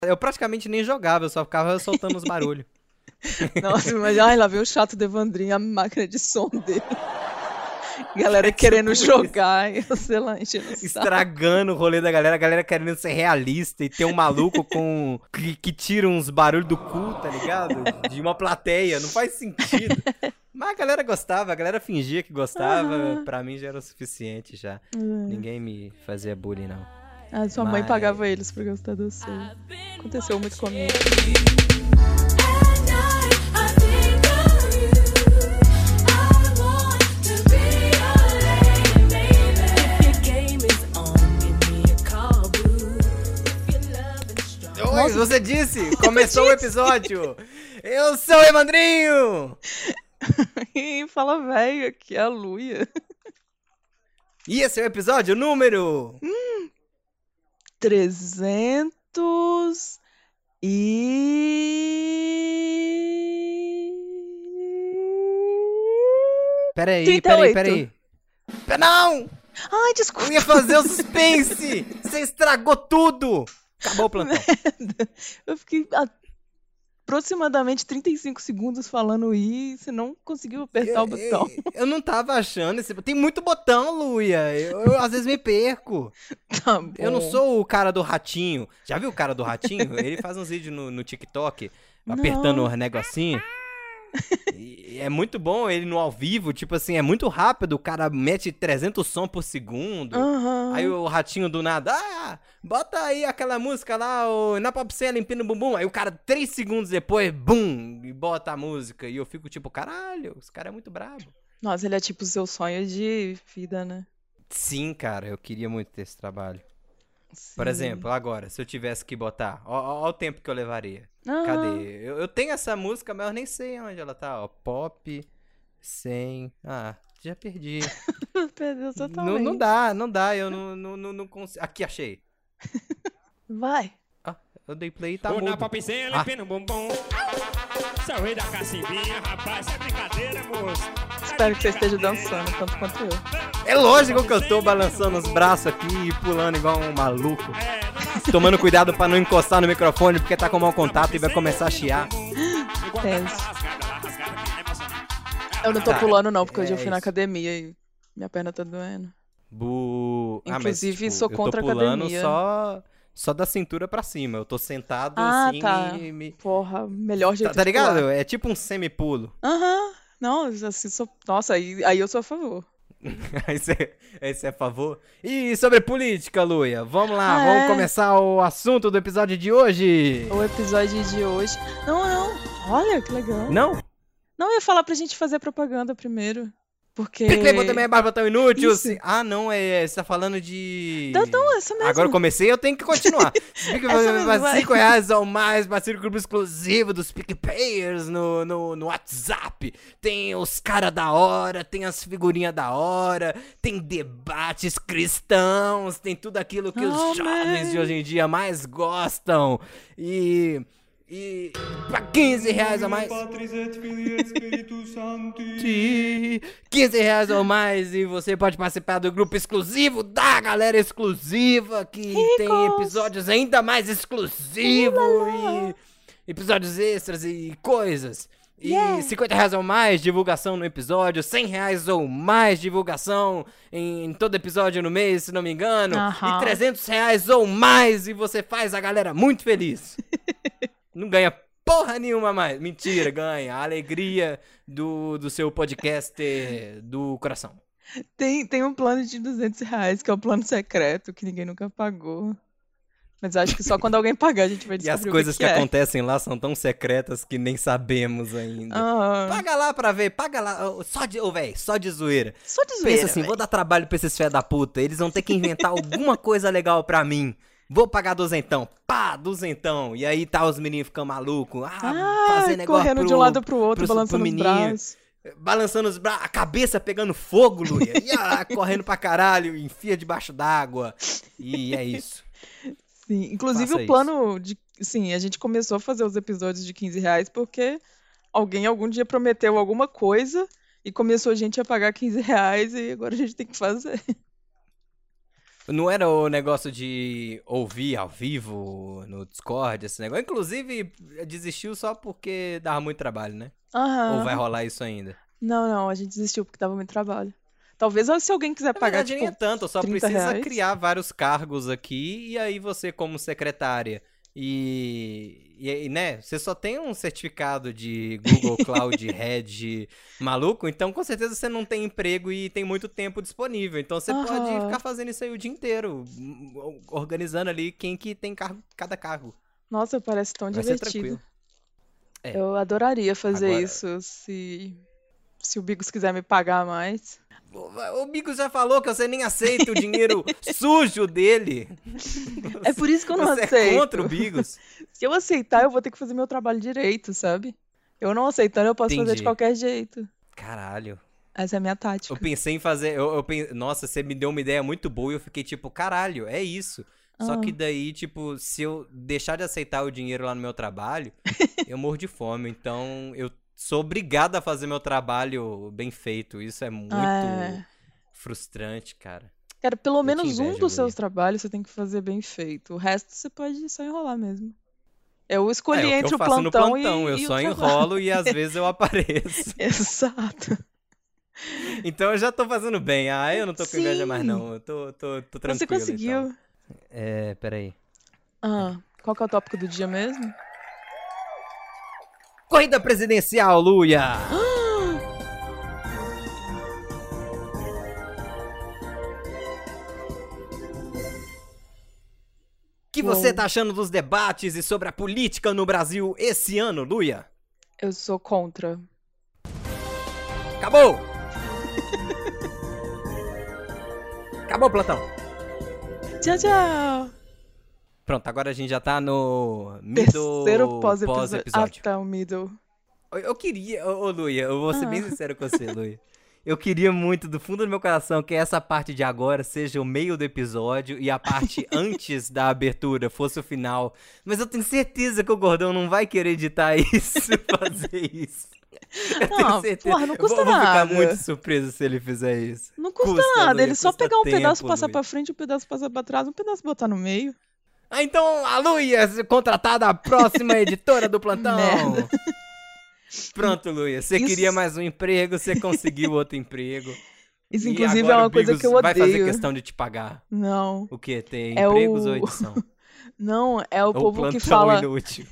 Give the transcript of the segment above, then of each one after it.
Eu praticamente nem jogava, eu só ficava soltando os barulhos. Nossa, mas lá veio o chato do Evandrinho, a máquina de som dele. Galera É querendo tipo jogar, e eu sei lá, enchendo o saco. estragando o rolê da galera, a galera querendo ser realista e tem um maluco que tira uns barulhos do cu, tá ligado? De uma plateia, não faz sentido. Mas a galera gostava, a galera fingia que gostava, pra mim já era o suficiente já. Ninguém me fazia bullying, não. Ah, sua mãe pagava eles pra gostar do seu. Aconteceu muito comigo. Oi, você disse, começou o episódio. Eu sou o Evandrinho. Ih, fala velho, aqui é a Luia. E esse é o episódio número... 300 Peraí. 38. Não! Ai, desculpa. Eu ia fazer o suspense. Você estragou tudo. Acabou o plantão. Eu fiquei aproximadamente 35 segundos falando e você não conseguiu apertar o botão. Eu não tava achando. Tem muito botão, Luia. Eu às vezes me perco. Tá bom. Eu não sou o cara do ratinho. Já viu o cara do ratinho? Ele faz uns vídeos no TikTok apertando os negocinhos. E é muito bom ele no ao vivo, tipo assim, é muito rápido, o cara mete 300 sons por segundo. Uhum. Aí o ratinho do nada, bota aí aquela música lá, na Pop Cena, Empina Bumbum. Aí o cara 3 segundos depois, bum, e bota a música. E eu fico tipo, caralho, esse cara é muito brabo. Nossa, ele é tipo o seu sonho de vida, né? Sim, cara, eu queria muito ter esse trabalho. Sim. Por exemplo, agora, se eu tivesse que botar, ó o tempo que eu levaria. Uhum. Cadê? Eu tenho essa música, mas eu nem sei onde ela tá, ó. Pop 100. Já perdi. Perdeu totalmente. Não dá, eu não consigo. Aqui, achei. Vai. Eu dei play e tá Na mudo. Pop Cena, Empina Bumbum. Sou o rei da cacimbinha, rapaz, é brincadeira, moço. Espero que você esteja dançando tanto quanto eu. É lógico que eu tô balançando os braços aqui e pulando igual um maluco. Tomando cuidado pra não encostar no microfone, porque tá com mau contato e vai começar a chiar. Eu não tô Tá, pulando não, porque hoje eu é fui na isso. academia e minha perna tá doendo. Inclusive, mas, sou contra eu tô pulando academia. só da cintura pra cima. Eu tô sentado assim Tá. Porra, melhor jeito Tá de pular. ligado? É tipo um semi-pulo. Aham. Não, assim, nossa, aí eu sou a favor. Aí você é a favor? E sobre política, Luia? Vamos lá, Ah, vamos é? começar o assunto do episódio de hoje. O episódio de hoje... Não. Olha, que legal. Não? Não, eu ia falar pra gente fazer propaganda primeiro. Porque... PicPay, botão meia barra, botão inútil. Isso. Não, você tá falando de... Não, essa mesmo. Agora eu comecei, eu tenho que continuar. Essa mesmo, vai. R$5 ou mais, participe do grupo exclusivo dos PicPayers no WhatsApp. Tem os caras da hora, tem as figurinhas da hora, tem debates cristãos, tem tudo aquilo que os jovens de hoje em dia mais gostam. E pra R$15 a mais. R$15 ou mais e você pode participar do grupo exclusivo da galera exclusiva que tem episódios ainda mais exclusivos e episódios extras e coisas. E R$50 ou mais, divulgação no episódio. R$100 ou mais, divulgação em todo episódio no mês, se não me engano. Aham. E R$300 ou mais e você faz a galera muito feliz. Não ganha porra nenhuma mais. Mentira, ganha. A alegria do seu podcast do coração. Tem um plano de R$200, que é o plano secreto, que ninguém nunca pagou. Mas acho que só quando alguém pagar a gente vai E descobrir as coisas o que é. acontecem lá são tão secretas que nem sabemos ainda. Aham. Paga lá pra ver, paga lá. Só de zoeira. Só de zoeira, Pensa assim, véi. vou dar trabalho pra esses fé da puta. Eles vão ter que inventar alguma coisa legal pra mim. Vou pagar duzentão. Duzentão. E aí tá os meninos ficando malucos. Fazer negócio correndo de um lado pro outro, balançando os braços. Balançando os braços, a cabeça pegando fogo, Luia. E correndo pra caralho, enfia debaixo d'água. E é isso. Sim, inclusive Faça o plano de... Sim, a gente começou a fazer os episódios de R$15 porque alguém algum dia prometeu alguma coisa e começou a gente a pagar R$15 e agora a gente tem que fazer. Não era o negócio de ouvir ao vivo no Discord, esse negócio. Inclusive, desistiu só porque dava muito trabalho, né? Ou vai Aham. rolar isso ainda? Não, a gente desistiu porque dava muito trabalho. Talvez se alguém quiser Na pagar, verdade, nem é tipo, tanto, só 30 precisa reais. criar vários cargos aqui e aí você, como secretária, né, você só tem um certificado de Google Cloud Head maluco, então com certeza você não tem emprego e tem muito tempo disponível. Então você pode Aham. ficar fazendo isso aí o dia inteiro, organizando ali quem que tem cada cargo. Nossa, parece tão Vai ser divertido. tranquilo. É, Eu adoraria fazer agora. isso se o Bigos quiser me pagar mais. O Bico já falou que você nem aceita o dinheiro sujo dele. É por isso que eu não Você é aceito. contra o Bigos? Se eu aceitar, eu vou ter que fazer meu trabalho direito, sabe? Eu não aceitando, eu posso fazer de Entendi. qualquer jeito. Caralho. Essa é a minha Eu tática. pensei em fazer. Nossa, você me deu uma ideia muito boa e eu fiquei tipo, caralho, é isso. Só que Ah. daí, tipo, se eu deixar de aceitar o dinheiro lá no meu trabalho, eu morro de fome. Então eu sou obrigado a fazer meu trabalho bem feito. Isso é muito É. frustrante, cara. Cara, pelo Eu te menos um invejo, dos seus Luia. trabalhos você tem que fazer bem feito. O resto você pode só enrolar mesmo. Eu É escolhi o que entre eu o faço no plantão plantão. Eu e o só trabalho. enrolo e às vezes eu apareço. Exato. Então eu já tô fazendo bem. Ah, eu não tô com inveja mais, Sim, não. Eu tô você tranquilo, então. conseguiu. Peraí. Qual que é o tópico do dia mesmo? Corrida presidencial, Luia! O que você Uou. tá achando dos debates e sobre a política no Brasil esse ano, Luia? Eu sou contra. Acabou! Acabou, Platão. Tchau, tchau. Pronto, agora a gente já tá no Terceiro middle pós-episódio. pós-episódio. Até o middle. Eu queria, ô Luia, eu vou ser bem Ah. sincero com você, Luia. Eu queria muito, do fundo do meu coração, que essa parte de agora seja o meio do episódio e a parte antes da abertura fosse o final. Mas eu tenho certeza que o Gordão não vai querer editar isso, fazer isso. Eu tenho Não, certeza. porra, não custa eu vou ficar nada. muito surpreso se ele fizer isso. Não custa Custa, nada. Luia, Ele só custa pegar um pedaço, tempo, passar Luia. pra frente, um pedaço passar pra trás, um pedaço botar no meio. Ah, então a Luia, contratada a próxima editora do plantão. Merda. Pronto, Luia, você Isso- queria mais um emprego, você conseguiu outro emprego. Isso, E inclusive, é agora uma o coisa Bigos que eu vai fazer odeio. questão de te pagar. Não. O quê? Ter É empregos o- ou edição? Não, é o Ou povo plantão que fala. inútil?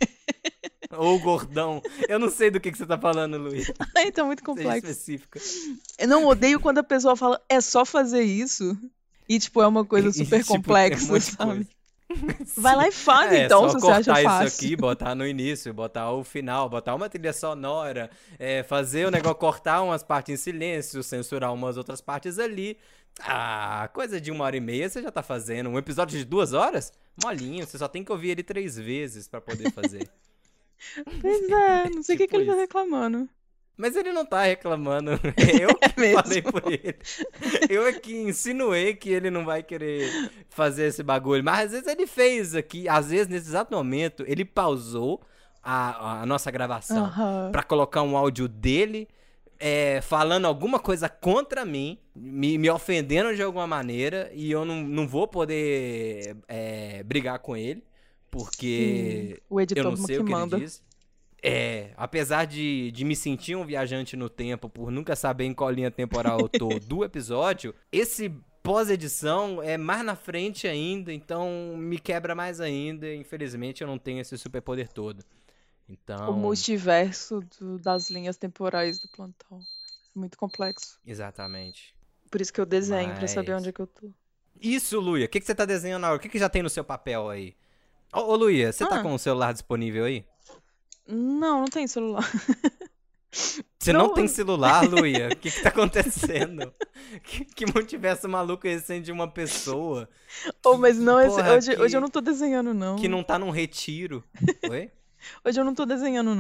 Ou gordão? Eu não sei do que você tá falando, Luiz. Ai, tá muito Seja complexo. específica. Eu não odeio quando a pessoa fala, é só fazer isso. E, tipo, é uma coisa E, super tipo, tem um complexa, monte de sabe? coisa. Vai lá e faz, É, então, só se você acha cortar fácil. isso aqui, botar no início, botar o final, botar uma trilha sonora, fazer o negócio, cortar umas partes em silêncio, censurar umas outras partes ali. Ah, coisa de 1h30 você já tá fazendo. Um episódio de 2 horas? Molinho, você só tem que ouvir ele 3 vezes pra poder fazer. Pois é, não sei o que Tipo ele tá isso. reclamando. Mas ele não tá reclamando. Eu que mesmo. falei por ele. Eu é que insinuei que ele não vai querer fazer esse bagulho. Mas às vezes ele fez aqui. Às vezes, nesse exato momento, ele pausou a nossa gravação Aham. pra colocar um áudio dele falando alguma coisa contra mim, me ofendendo de alguma maneira. E eu não vou poder brigar com ele. Porque Sim, o editor eu não sei que o que manda. ele diz. Apesar de me sentir um viajante no tempo por nunca saber em qual linha temporal eu tô do episódio, esse pós-edição é mais na frente ainda, então me quebra mais ainda. Infelizmente eu não tenho esse superpoder todo. Então, O multiverso das linhas temporais do plantão. Muito complexo. exatamente. Por isso que eu desenho, pra saber Mas- onde é que eu tô. Isso, Luia, o que você tá desenhando agora? O que já tem no seu papel aí? Ô, Luia, você tá Ah. com o celular disponível aí? Não tem celular. Você não Não. tem celular, Luia? O que tá acontecendo? Que multiverso maluco é esse de uma pessoa Oh, mas não, porra, hoje eu não tô desenhando, não. que não tá num retiro? Oi? Hoje eu não tô desenhando, não.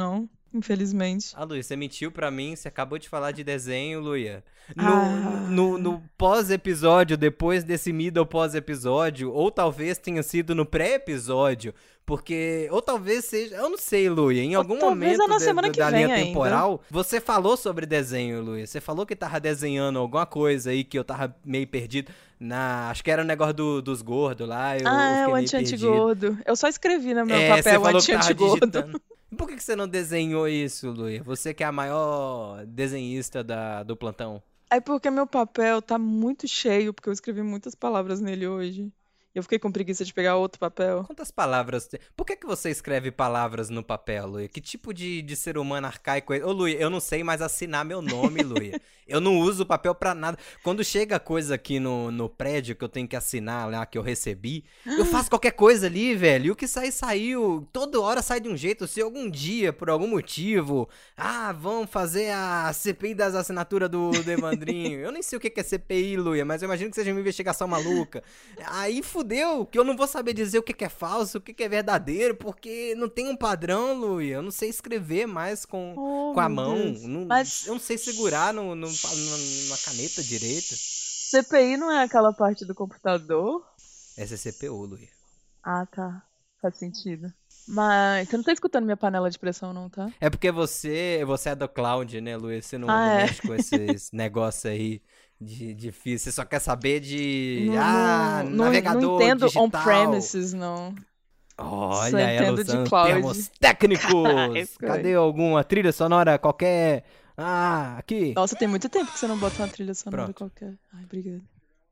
infelizmente. Ah, Luia, você mentiu pra mim, você acabou de falar de desenho, Luia. Ah. No pós-episódio, depois desse middle pós-episódio, ou talvez tenha sido no pré-episódio, porque, ou talvez seja, eu não sei, Luia, em algum talvez momento é na semana que da vem linha ainda. temporal, você falou sobre desenho, Luia, você falou que tava desenhando alguma coisa aí que eu tava meio perdido, acho que era o negócio dos gordos lá, eu fiquei o meio anti-anti perdido. gordo. Eu só escrevi no meu Você papel falou que tava anti-anti gordo. digitando. E por que você não desenhou isso, Luia? Você que é a maior desenhista do plantão. É porque meu papel tá muito cheio, porque eu escrevi muitas palavras nele hoje. E eu fiquei com preguiça de pegar outro papel. Quantas palavras tem? Por que você escreve palavras no papel, Luia? Que tipo de ser humano arcaico é? Ô, Luia, eu não sei mais assinar meu nome, Luia. Eu não uso papel pra nada. Quando chega coisa aqui no prédio que eu tenho que assinar lá, que eu recebi, eu faço qualquer coisa ali, velho. E o que saiu. Toda hora sai de um jeito. Se algum dia, por algum motivo, vamos fazer a CPI das assinaturas do Evandrinho. Eu nem sei o que é CPI, Luia, mas eu imagino que seja uma investigação maluca. Aí fudeu, que eu não vou saber dizer o que é falso, o que é verdadeiro, porque não tem um padrão, Luia. Eu não sei escrever mais com a mão. Mas Eu não sei segurar na caneta direito. CPI não é aquela parte do computador? Essa é CPU, Luia. Ah, tá. Faz sentido. Mas você não tá escutando minha panela de pressão, não, tá? É porque você é do cloud, né, Luia? Você não é. mexe com esses negócios aí difícil. Você só quer saber de navegador não entendo digital. On-premises, não. Olha, Só ela entendo de usando cloud. termos técnicos. Isso Cadê alguma trilha sonora qualquer? Aqui. Nossa, tem muito tempo que você não bota uma trilha sonora Pronto. qualquer. Ai, obrigada.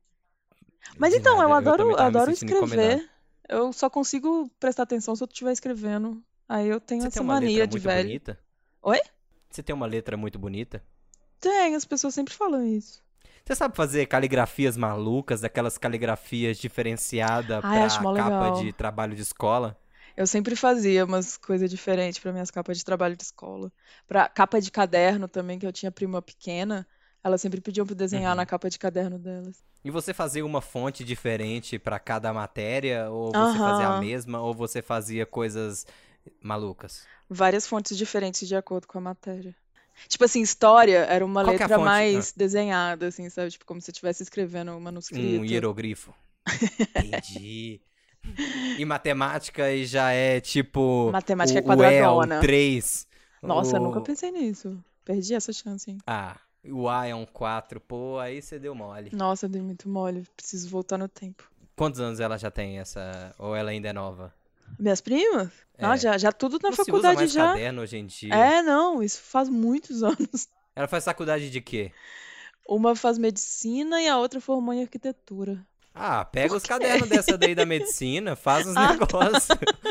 Mas De então, nada, eu também adoro, tava me adoro sentindo incomodado. escrever. Eu só consigo prestar atenção se eu estiver escrevendo. Aí eu tenho Você essa tem uma mania letra de muito velho. bonita? Oi? Você tem uma letra muito bonita? Tem, as pessoas sempre falam isso. Você sabe fazer caligrafias malucas, daquelas caligrafias diferenciadas pra acho mó capa legal. de trabalho de escola? Eu sempre fazia umas coisas diferentes para minhas capas de trabalho de escola. Pra capa de caderno também, que eu tinha prima pequena, elas sempre pediam pra eu desenhar na capa de caderno delas. E você fazia uma fonte diferente pra cada matéria? Ou você fazia a Aham. mesma? Ou você fazia coisas malucas? Várias fontes diferentes de acordo com a matéria. Tipo assim, história era uma Qual que é a letra fonte? mais desenhada, assim, sabe? Tipo, como se eu estivesse escrevendo um manuscrito. Um hierogrifo. Entendi. E matemática aí já é tipo. Matemática é o quadradona. E é um 3. Nossa, eu nunca pensei nisso. Perdi essa chance, hein? O A é um 4. Pô, aí você deu mole. Nossa, eu dei muito mole. Preciso voltar no tempo. Quantos anos ela já tem essa. Ou ela ainda é nova? Minhas primas? Não, já tudo na Não se usa faculdade mais já. caderno hoje em dia. Não, isso faz muitos anos. Ela faz faculdade de quê? Uma faz medicina e a outra formou em arquitetura. Pega os cadernos dessa daí da medicina, faz uns tá. negócios.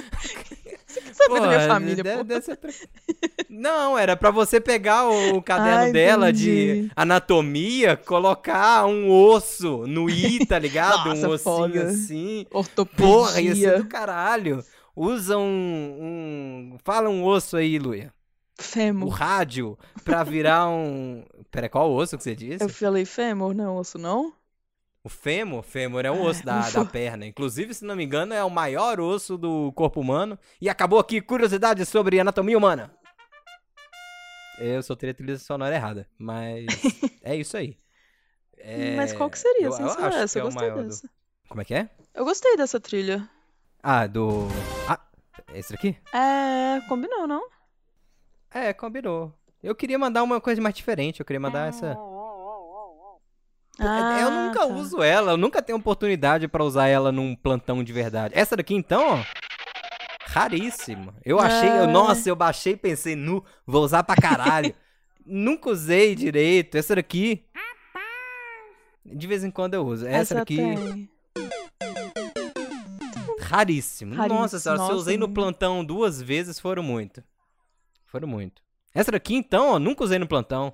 Sabe da minha família, pô. Não, era pra você pegar o caderno Ah, dela entendi. de anatomia, colocar um osso no I, tá ligado? Nossa, um ossinho foda. assim. Ortopedia. Porra, ia ser do caralho. Usa Fala um osso aí, Luia. O Fêmur. rádio pra virar um... Pera, qual osso que você disse? Eu falei fêmur, não é osso, não? O fêmur? Fêmur é um osso da perna. Inclusive, se não me engano, é o maior osso do corpo humano. E acabou aqui, curiosidade sobre anatomia humana. Eu soltei a trilha sonora errada, mas é isso aí. Mas qual que seria? Eu Sem ser acho essa, que é eu o gostei maior dessa. Como é que é? Eu gostei dessa trilha. Esse daqui? Combinou, não? Combinou. Eu queria mandar uma coisa mais diferente, eu queria mandar essa... eu nunca uso ela, eu nunca tenho oportunidade pra usar ela num plantão de verdade. Essa daqui, então, ó, raríssima. Eu achei, nossa, eu baixei e pensei, vou usar pra caralho. Nunca usei direito. Essa daqui, de vez em quando eu uso. Essa daqui, tem. raríssimo. Nossa senhora, se eu usei no muito. plantão 2 vezes, foram muito. Essa daqui, então, ó, nunca usei no plantão.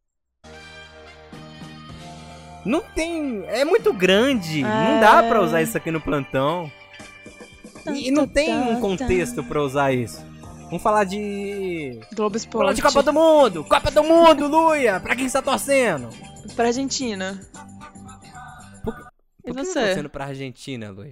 Não tem... É muito grande. Não dá pra usar isso aqui no plantão. E não tem um contexto pra usar isso. Vamos falar de... Globo Falar Esporte. de Copa do Mundo! Copa do Mundo, Luia! Pra quem você tá torcendo? Pra Argentina. Por E que você você? tá torcendo pra Argentina, Luia?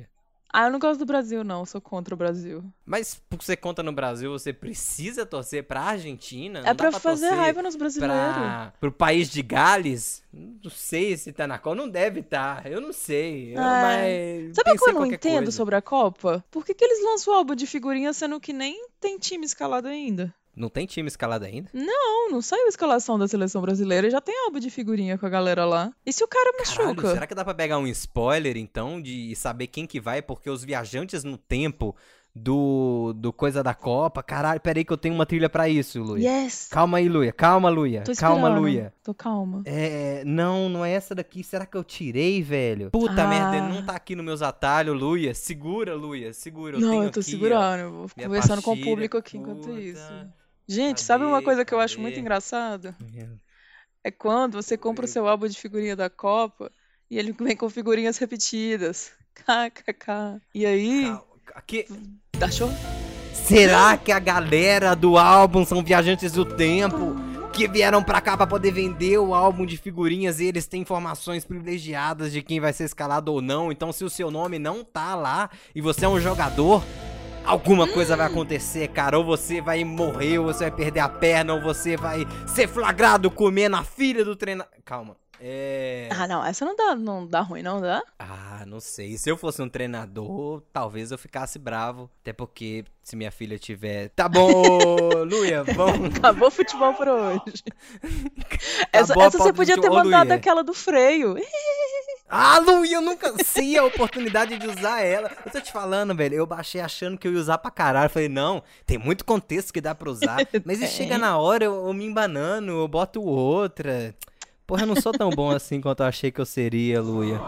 Ah, eu não gosto do Brasil, não. Eu sou contra o Brasil. Mas por você conta no Brasil, você precisa torcer pra Argentina? É Não dá pra pra fazer torcer raiva nos brasileiros. pro país de Gales? Não sei se tá na Copa. Não deve estar. Eu não sei. Mas Sabe o que pensei eu não qualquer entendo coisa. sobre a Copa? Por que eles lançam o álbum de figurinha sendo que nem tem time escalado ainda? Não tem time escalado ainda? Não saiu a escalação da seleção brasileira e já tem álbum de figurinha com a galera lá. E se o cara Caralho, machuca? será que dá pra pegar um spoiler, então, de saber quem que vai? Porque os viajantes no tempo do coisa da Copa... Caralho, peraí que eu tenho uma trilha pra isso, Luia. Yes! Calma aí, Luia. Calma, Luia. Tô Calma, esperando. Luia. Tô calma. Não é essa daqui. Será que eu tirei, velho? Puta Ah. merda, ele não tá aqui nos meus atalhos, Luia. Segura, Luia. Segura. Eu Não, tenho eu tô aqui, segurando. Eu vou minha conversando com o pastilha, público aqui enquanto puta. isso. Gente, sabe uma coisa que eu acho Cadê? muito engraçada? É quando você compra o seu álbum de figurinha da Copa e ele vem com figurinhas repetidas. KKK. E aí, Aqui. achou? Será que a galera do álbum são viajantes do tempo que vieram pra cá pra poder vender o álbum de figurinhas e eles têm informações privilegiadas de quem vai ser escalado ou não? Então, se o seu nome não tá lá e você é um jogador, alguma coisa vai acontecer, cara. Ou você vai morrer, ou você vai perder a perna, ou você vai ser flagrado comendo a filha do treinador. Calma. Ah, não, essa não dá ruim, não dá? Ah, não sei. Se eu fosse um treinador, talvez eu ficasse bravo. Até porque, se minha filha tiver... Tá bom, Luia, vamos... Acabou o futebol por hoje. Essa Acabou a você pauta podia de- ter Ô, mandado Luia. aquela do freio. Ah, Luia, eu nunca sei a oportunidade de usar ela. Eu tô te falando, velho, eu baixei achando que eu ia usar pra caralho. Falei, não, tem muito contexto que dá pra usar. Mas e chega na hora, eu me embanando, eu boto outra. Porra, eu não sou tão bom assim quanto eu achei que eu seria, Luia.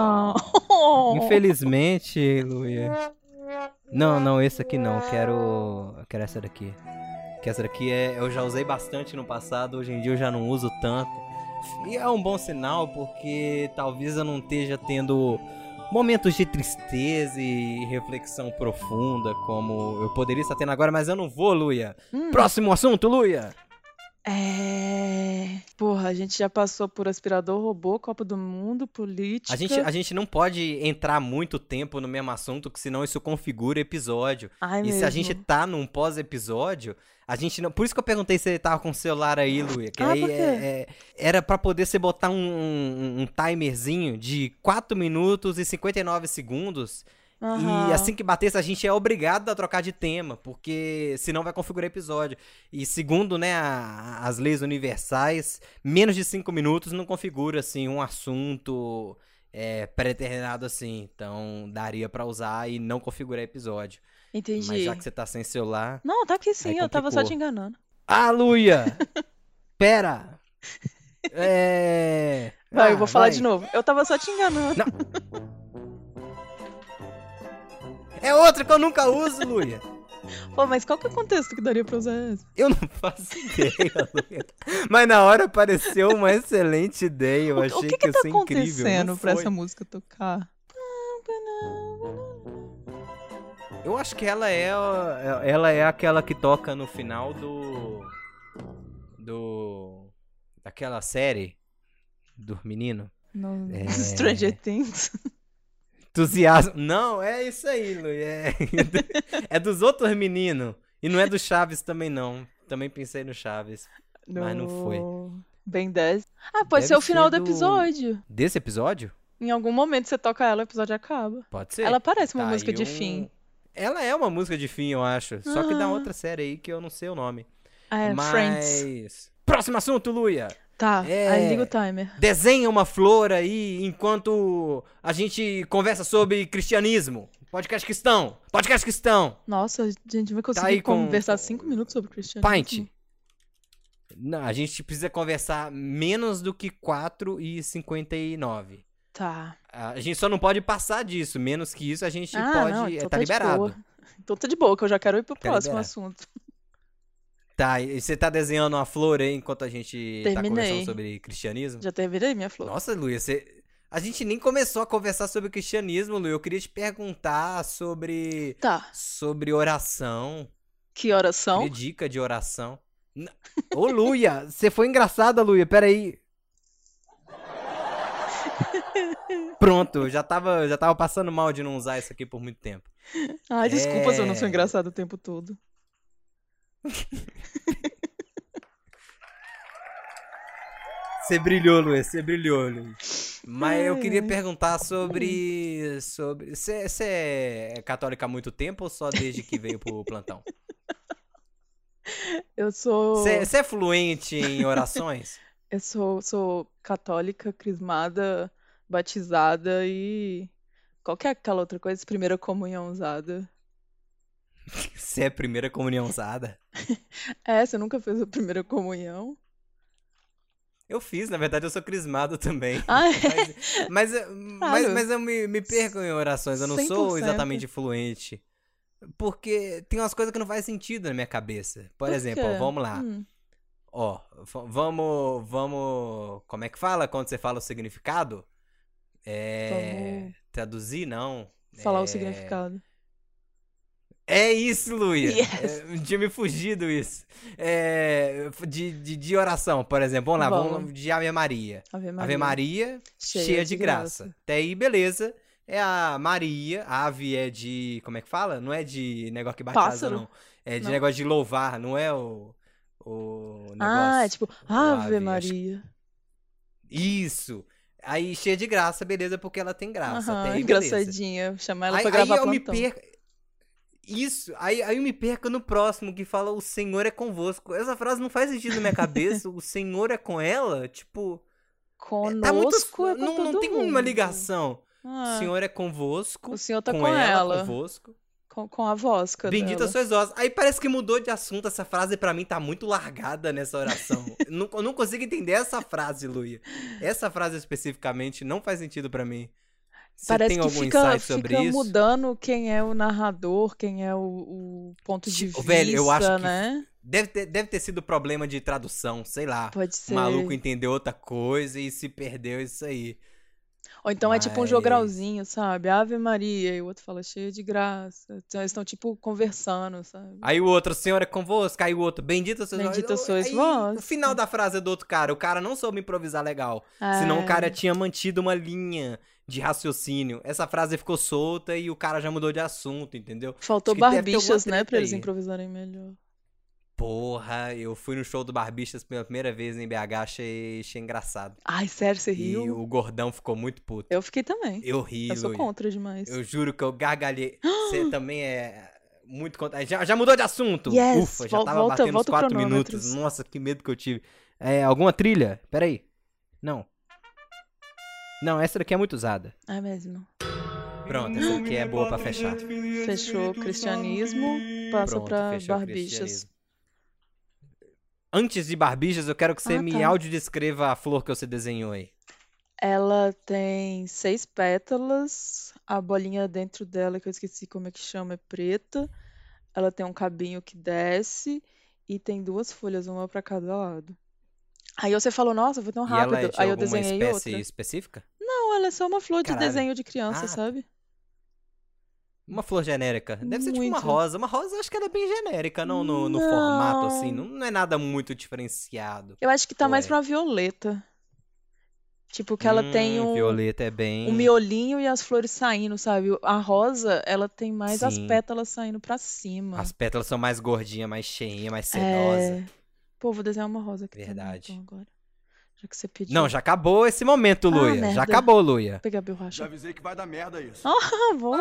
Infelizmente, Luia. Não, esse aqui não. Eu quero essa daqui. Que essa daqui eu já usei bastante no passado, hoje em dia eu já não uso tanto. E é um bom sinal, porque talvez eu não esteja tendo momentos de tristeza e reflexão profunda como eu poderia estar tendo agora, mas eu não vou, Luia. Próximo assunto, Luia. Porra, a gente já passou por aspirador robô, Copa do Mundo, política. A gente não pode entrar muito tempo no mesmo assunto, que senão isso configura episódio. Ai, E se a mesmo. gente tá num pós-episódio, a gente não... Por isso que eu perguntei se ele tava com o celular aí, Luia. Que aí por quê? era pra poder você botar um timerzinho de 4 minutos e 59 segundos. Aham. E assim que batesse, a gente é obrigado a trocar de tema, porque senão vai configurar episódio. E segundo, né, as leis universais, menos de 5 minutos não configura, assim, um assunto pré-determinado assim. Então, daria pra usar e não configurar episódio. Entendi. Mas já que você tá sem celular... Não, tá aqui sim, Aí eu tava só complicou. te enganando. Ah, Luia! Pera! Vai, eu vou falar de novo. Eu tava só te enganando. Não. É outra que eu nunca uso, Luia. Pô, mas qual que é o contexto que daria pra usar essa? Eu não faço ideia, Luia. Mas na hora apareceu uma excelente ideia. Eu achei O que que ia tá ser incrível. acontecendo Não pra foi. essa música tocar? Eu acho que ela é aquela que toca no final daquela série do menino. No É. Stranger Things. Entusiasmo. Não, é isso aí, Luia. É dos outros meninos. E não é do Chaves também, não. Também pensei no Chaves. Mas não foi. Ben 10. Ah, pode Deve ser o final ser do episódio. Desse episódio? Em algum momento você toca ela, o episódio acaba. Pode ser. Ela parece uma Tá música aí de fim. Ela é uma música de fim, eu acho. Só que da Ah. outra série aí que eu não sei o nome. É, Friends. Mas... Próximo assunto, Luia. Tá, aí liga o timer. Desenha uma flor aí enquanto a gente conversa sobre cristianismo. Podcast cristão. Podcast cristão. Nossa, a gente vai conseguir aí com- conversar 5 minutos sobre cristianismo. Pint. Não, a gente precisa conversar menos do que 4:59. Tá. A gente só não pode passar disso. Menos que isso, a gente pode. Não, então tá de liberado. boa. Então tá de boa, que eu já quero ir pro Tá próximo liberado. assunto. Tá, e você tá desenhando uma flor aí enquanto a gente tá Terminei. conversando sobre cristianismo? Já terminei minha flor. Nossa, Luia, a gente nem começou a conversar sobre cristianismo, Luia. Eu queria te perguntar sobre Tá. oração. Que horas são? Queria dica de oração. Ô, Luia, você foi engraçada, Luia. Peraí. Pronto, eu já tava passando mal de não usar isso aqui por muito tempo. Ai, desculpa se eu não sou É. engraçado o tempo todo. Você brilhou, Luiz, você brilhou, Luiz. Mas eu Ai, queria ai. perguntar sobre... Você é católica há muito tempo ou só desde que veio pro plantão? Eu sou, Você é fluente em orações? sou católica, crismada, batizada e qualquer aquela outra coisa, primeira comunhão usada. Você é primeira comunhão usada? É, você nunca fez a primeira comunhão? Eu fiz, na verdade eu sou crismado também. Ah, é? Mas Claro, eu me perco em orações, eu não sou 100%. exatamente fluente. Porque tem umas coisas que não fazem sentido na minha cabeça. Por Por exemplo, ó, quê? vamos lá. Ó, vamos. Como é que fala quando você fala o significado? Vamos Traduzir, não. falar o significado. É isso, Luia. Yes! Tinha me fugido isso. De oração, por exemplo. Vamos lá, vamos de Ave Maria. Ave Ave Maria. Maria, cheia de graça. Até aí, beleza. É a Maria, a ave é de... Como é que fala? Não é de negócio que bate asa, Pássaro? não. É de Não. negócio de louvar, não é o Ah, é negócio. tipo, O Ave acho- Maria. Isso. Aí, cheia de graça, beleza, porque ela tem graça. Até Aham, aí, beleza. engraçadinha. Chamar ela Aí, pra aí gravar eu me plantão. perco. Isso, aí eu me perco no próximo que fala o Senhor é convosco. Essa frase não faz sentido na minha cabeça. O Senhor é com ela? Tipo, tá muito. Conosco é com Não todo tem uma mundo. ligação. O Ah, Senhor é convosco. o senhor tá com com ela, ela. convosco. Com a vosca Bendita dela. sois vós. Aí parece que mudou de assunto. Essa frase pra mim tá muito largada nessa oração. Eu não consigo entender essa frase, Luia. Essa frase especificamente não faz sentido pra mim. Você Parece tem que algum fica, insight sobre fica isso? mudando quem é o narrador, quem é o ponto de vista, Velho, eu acho que né? deve ter sido problema de tradução, sei lá. Pode O maluco ser. entendeu outra coisa e se perdeu isso aí. Ou então é tipo um Mas. jogralzinho, sabe? Ave Maria, e o outro fala cheia de graça. Então eles estão tipo conversando, sabe? Aí o outro, o Senhor é convosco. Aí o outro, bendita sois vós. Bendita sois Aí vós. o final da frase é do outro cara. O cara não soube improvisar legal. Senão o cara tinha mantido uma linha de raciocínio. Essa frase ficou solta e o cara já mudou de assunto, entendeu? Faltou Acho que deve ter alguma barbichas, né? treta Pra eles aí. improvisarem melhor. Porra, eu fui no show do Barbichas pela primeira vez em BH, achei engraçado. Ai, sério, você E riu? o gordão ficou muito puto. Eu fiquei também. Eu ri, Eu sou Luia. contra demais. Eu juro que eu gargalhei. Você também é muito contra. Já mudou de assunto? Yes, Ufa, já tava volta batendo uns o 4 cronômetro. minutos. Nossa, que medo que eu tive. Alguma trilha? Peraí. Não. Não, essa daqui é muito usada. É mesmo. Pronto, essa daqui é boa pra fechar. Fechou cristianismo, passa Pronto, pra fechou o barbichas. cristianismo. Antes de Barbichas, eu quero que você me tá. audiodescreva a flor que você desenhou aí. Ela tem 6 pétalas, a bolinha dentro dela, que eu esqueci como é que chama, é preta. Ela tem um cabinho que desce e tem 2 folhas, uma pra cada lado. Aí você falou, nossa, foi tão E ela é rápido. de Aí eu alguma desenhei espécie outra. específica? Não, ela é só uma flor de Caralho. desenho de criança, Ah, sabe? Uma flor genérica. Deve ser tipo uma Muito. rosa. Uma rosa acho que ela é bem genérica, não no formato, assim. Não é nada muito diferenciado. Eu acho que tá mais Ué. pra uma violeta. Tipo, que ela tem Violeta é bem... um miolinho e as flores saindo, sabe? A rosa, ela tem mais as Sim. pétalas saindo pra cima. As pétalas são mais gordinhas, mais cheinha, mais sedosa. É... Pô, vou desenhar uma rosa aqui Verdade. também, então, agora. Já que você pediu. Não, já acabou esse momento, Ah, Luia. merda. Já acabou, Luia. Vou pegar a borracha. Já avisei que vai dar merda isso. Ah, vou.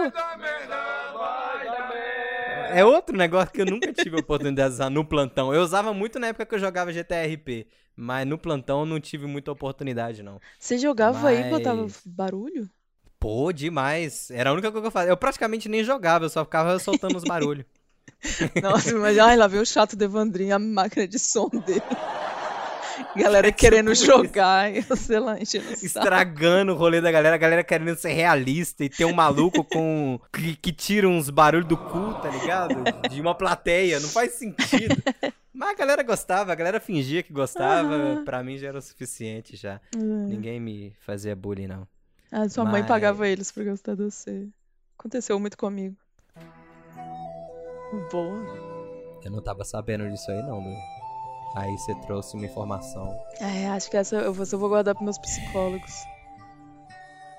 É outro negócio que eu nunca tive a oportunidade de usar no plantão. Eu usava muito na época que eu jogava GTRP. Mas no plantão eu não tive muita oportunidade, não. Você jogava aí e botava Mas- barulho? Pô, demais. Era a única coisa que eu fazia. Eu praticamente nem jogava, eu só ficava soltando os barulhos. Nossa, mas ai, lá veio o chato do Evandrinho, a máquina de som dele. Galera querendo jogar e sei lá, enchendo o saco. Estragando o rolê da galera, a galera querendo ser realista e ter um maluco que tira uns barulhos do cu, tá ligado? De uma plateia, não faz sentido. Mas a galera gostava, a galera fingia que gostava, Aham. pra mim já era o suficiente já. É. Ninguém me fazia bullying, não. Ah, sua mãe Mas- pagava eles pra gostar de você. Aconteceu muito comigo. Boa. Eu não tava sabendo disso aí, não, Lu. Aí você trouxe uma informação. É, acho que essa eu vou guardar pros meus psicólogos.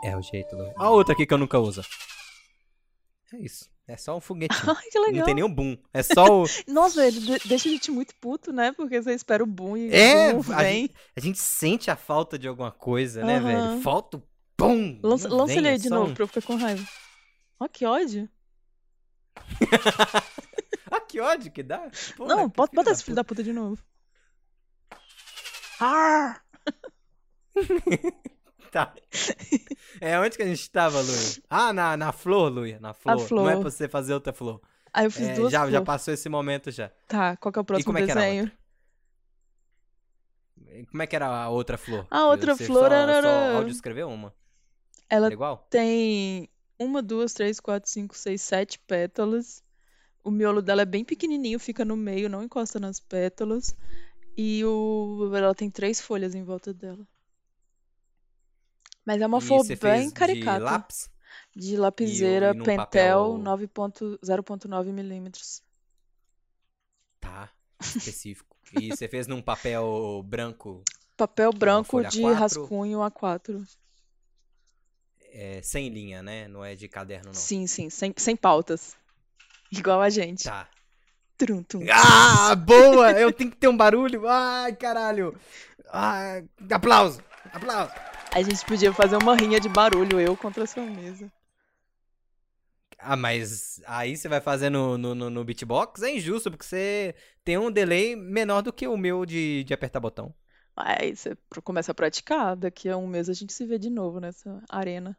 É o jeito, Luia. Ó a outra aqui que eu nunca uso. É isso. É só um foguetinho. Ai, que legal. Não tem nenhum boom. É só o... Nossa, velho, deixa a gente muito puto, né? Porque você espera o boom e É, o boom vem. a gente sente a falta de alguma coisa, né, Aham. velho? Falta o pum! Lança não ele vem, aí é de só novo um- pra eu ficar com raiva. Ó, que ódio. Ah, que ódio que dá. Porra, Não, que bota da esse filho puta. da puta de novo. Ah! Tá. É, onde que a gente tava, Luia? Ah, na flor, Luia. Na flor. flor. Não é pra você fazer outra flor. Aí eu fiz É, duas já flores. passou esse momento já. Tá, qual que é o próximo como é que era a desenho? Como é que era a outra flor? A Que outra você flor só era... áudio escreveu uma. Ela Era igual? tem 1, 2, 3, 4, 5, 6, 7 pétalas. O miolo dela é bem pequenininho, fica no meio, não encosta nas pétalas. E ela tem 3 folhas em volta dela. Mas é uma E flor você bem fez de caricata. lápis? De lapiseira e num Pentel papel- 0.9 milímetros. Tá, específico. E você fez num papel branco, Papel branco folha de A4? rascunho A4. sem linha, né? Não é de caderno, não. Sim, sem pautas. Igual a gente. Tá. Trum, tum. Ah, boa! Eu tenho que ter um barulho. Ai, caralho. Ai, aplauso. Aplauso. A gente podia fazer uma rinha de barulho, eu contra a sua mesa. Ah, mas aí você vai fazer no beatbox? É injusto, porque você tem um delay menor do que o meu de apertar botão. Aí você começa a praticar. Daqui a um mês a gente se vê de novo nessa arena.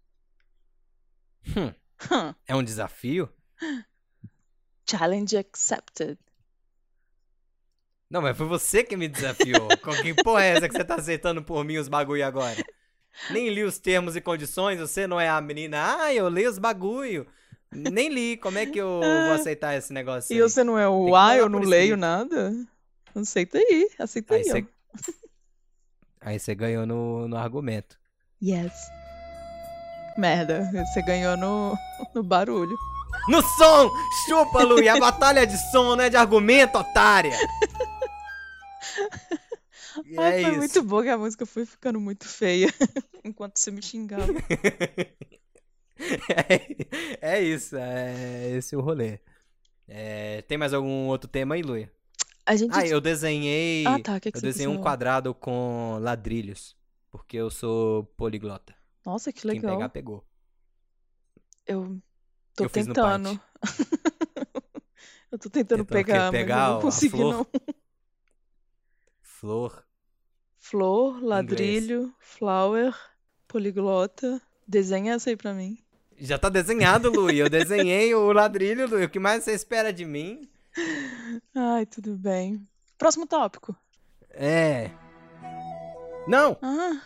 Hum. É um desafio? Challenge accepted. Não, mas foi você que me desafiou. Que porra é essa que você tá aceitando por mim os bagulho agora? Nem li os termos e condições, você não é a menina. Ah, eu leio os bagulho. Nem li, como é que eu vou aceitar esse negócio E aí? você não é Tem o que A, mandar eu por não escrito. leio nada? Aceita aí, aceita Aí aí, ó. você... Aí você ganhou no argumento. Yes. Merda, você ganhou no barulho. No som! Chupa, Luí! A batalha de som, não é de argumento, otária! E Ai, é foi isso. muito bom que a música foi ficando muito feia enquanto você me xingava. É isso, é esse o rolê. Tem mais algum outro tema aí, Luí? A gente. Ah, eu desenhei. Ah, tá. O que Eu você desenhei um desenhou? quadrado com ladrilhos. Porque eu sou poliglota. Nossa, que Quem legal. pegar, pegou. Eu tô Eu fiz no tentando. Paint. Eu tô tentando Tentou o quê? pegar, mas Pegar eu a não consegui, flor? não. Flor. Flor, ladrilho, flower, poliglota. Desenha essa aí pra mim. Já tá desenhado, Luí. Eu desenhei o ladrilho, Luí. O que mais você espera de mim? Ai, tudo bem. Próximo tópico. Não! Ah.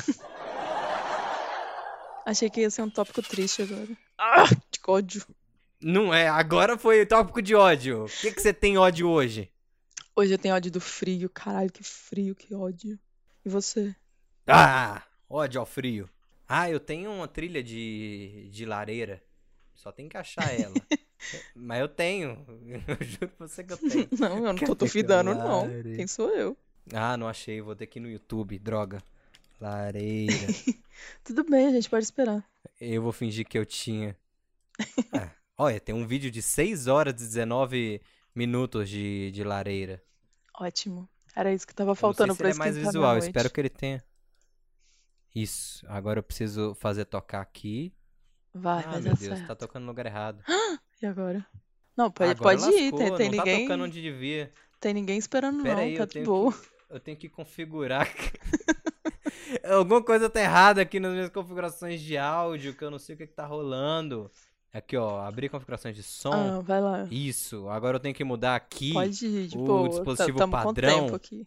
Achei que ia ser um tópico triste agora. Ah, que ódio. Não é. Agora foi tópico de ódio. O que você tem ódio hoje? Hoje eu tenho ódio do frio. Caralho, que frio, que ódio. E você? Ah! Ódio ao frio. Ah, eu tenho uma trilha de lareira. Só tem que achar ela. Mas eu tenho. Eu juro pra você que eu tenho. Não, eu não tô Cadê duvidando, que é não. lareira? Quem sou eu? Ah, não achei. Vou ter que ir no YouTube. Droga. Lareira. Tudo bem, a gente pode esperar. Eu vou fingir que eu tinha. Olha, tem um vídeo de 6 horas e 19 minutos de lareira. Ótimo. Era isso que tava Eu não sei faltando se pra ele é mais esquentar visual. minha Eu espero noite. que ele tenha. Isso. Agora eu preciso fazer tocar aqui. Vai Ah, meu dar Deus, certo. tá tocando no lugar errado. E agora? Não, pode Agora ir. lascou, Tem não tá ninguém, tocando onde devia. tem ninguém esperando, Pera não. aí, Tá eu de tenho boa. eu tenho que configurar. Alguma coisa tá errada aqui nas minhas configurações de áudio, que eu não sei o que tá rolando. Aqui, ó, abrir configurações de som. Ah, vai lá. Isso, agora eu tenho que mudar aqui. Pode ir, de o boa. dispositivo Tamo com padrão. tempo aqui.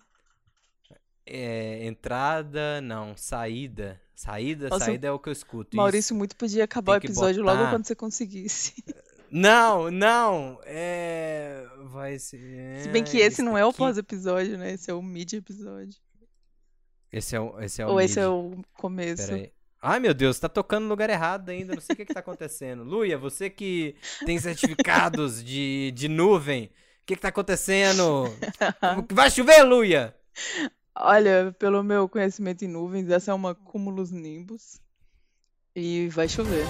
Entrada, não, saída. Saída Nossa, é o que eu escuto. Maurício Isso. muito podia acabar o Tem que episódio logo botar- quando você conseguisse. Não, vai ser. Se bem que esse não é o aqui. pós-episódio, né? Esse é o mid-episódio. Esse é o Ou esse mid. é o começo. Pera aí. Ai, meu Deus, tá tocando no lugar errado ainda. Não sei o que tá acontecendo. Luia, você que tem certificados de nuvem, o que tá acontecendo? Vai chover, Luia? Olha, pelo meu conhecimento em nuvens, essa é uma cumulus nimbus. E vai chover.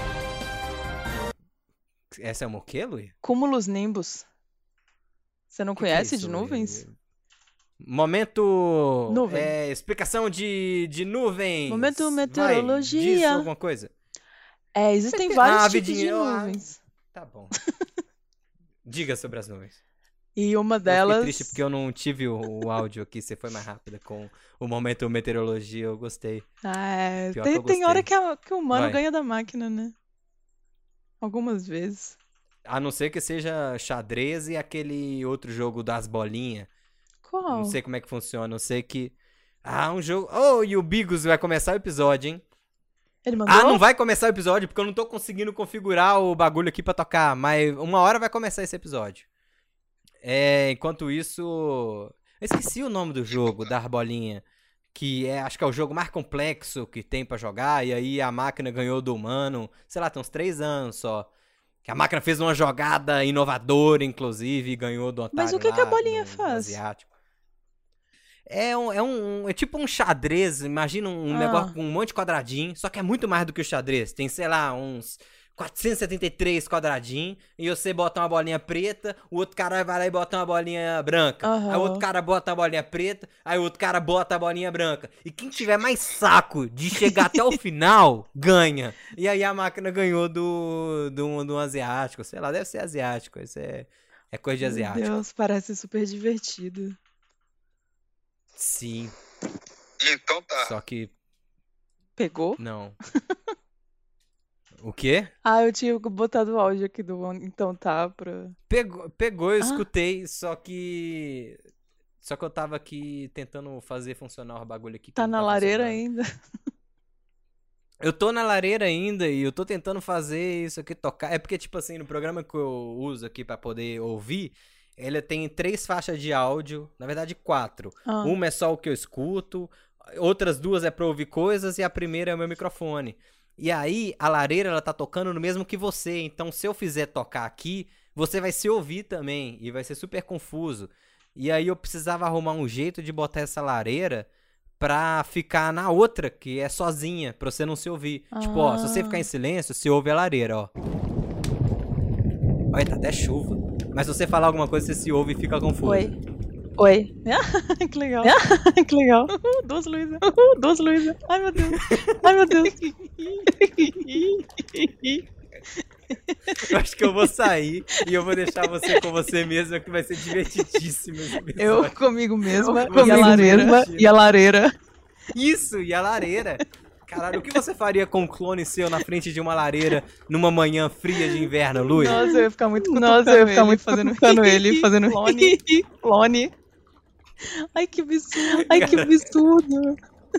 Essa é uma o quê, Luia? Cúmulos nimbus. Você não Que é conhece isso, de Luia? nuvens? Momento. Nuvem. Explicação de nuvens. Momento Vai, meteorologia. diz alguma coisa. Existem vários tipos vidinha, de nuvens. Tá bom. Diga sobre as nuvens. E uma Eu fiquei delas. triste porque eu não tive o áudio aqui, você foi mais rápida com o momento meteorologia, eu gostei. Pior que eu Tem hora gostei. que o humano Vai. ganha da máquina, né? Algumas vezes. A não ser que seja xadrez e aquele outro jogo das bolinhas. Qual? Não sei como é que funciona, eu sei que... um jogo... Oh, e o Bigos vai começar o episódio, hein? Ele mandou? Não vai começar o episódio porque eu não tô conseguindo configurar o bagulho aqui pra tocar, mas uma hora vai começar esse episódio. Enquanto isso... Eu esqueci o nome do jogo, da bolinha, que acho que é o jogo mais complexo que tem pra jogar, e aí a máquina ganhou do humano, sei lá, tem uns 3 anos só. Que a máquina fez uma jogada inovadora, inclusive, e ganhou do otário. Mas o que a bolinha faz? Asiático. É tipo um xadrez, imagina um negócio com um monte de quadradinho, só que é muito mais do que o xadrez. Tem, sei lá, uns 473 quadradinhos, e você bota uma bolinha preta, o outro cara vai lá e bota uma bolinha branca. Aí o outro cara bota a bolinha preta, aí o outro cara bota a bolinha branca. E quem tiver mais saco de chegar até o final, ganha. E aí a máquina ganhou do asiático, sei lá, deve ser asiático, isso é coisa de asiático. Meu Deus, parece super divertido. Sim. Então tá. Só que... Pegou? Não. O quê? Eu tinha botado o áudio aqui do Então Tá pra... Pegou, eu escutei, só que eu tava aqui tentando fazer funcionar o bagulho aqui. Tá na lareira ainda? Eu tô na lareira ainda e eu tô tentando fazer isso aqui tocar. É porque, tipo assim, no programa que eu uso aqui pra poder ouvir, ele tem 3 faixas de áudio, na verdade 4. Uma é só o que eu escuto, outras 2 é pra ouvir coisas e a primeira é o meu microfone. E aí, a lareira, ela tá tocando no mesmo que você. Então, se eu fizer tocar aqui, você vai se ouvir também. E vai ser super confuso. E aí, eu precisava arrumar um jeito de botar essa lareira pra ficar na outra, que é sozinha, pra você não se ouvir. Tipo, ó, se você ficar em silêncio, você ouve a lareira, ó. Olha, tá até chuva. Mas se você falar alguma coisa, você se ouve e fica confuso. Oi. Que legal. Que legal. 2 luzes. 2 luzes. Ai, meu Deus. Eu acho que eu vou sair e eu vou deixar você com você mesma, que vai ser divertidíssimo esse episódio. Eu comigo mesma e a lareira. Isso, e a lareira. Caralho, o que você faria com um clone seu na frente de uma lareira numa manhã fria de inverno, Luia? Nossa, eu ia ficar muito cutucando ele, fazendo clone. Ai, que absurdo.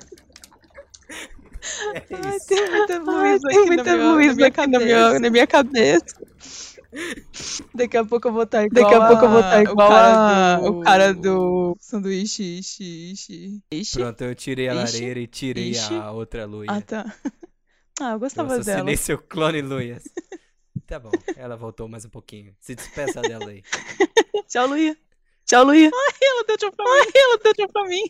É isso. Tem muita luz aqui na minha cabeça. Daqui a pouco eu vou estar igual o cara do sanduíche. Pronto, eu tirei a lareira e tirei a outra Luia. Tá. Eu gostava eu assassinei dela. seu clone, Luia. Tá bom, ela voltou mais um pouquinho. Se despeça dela aí. Tchau, Luia. Ai, ela deu tchau pra mim.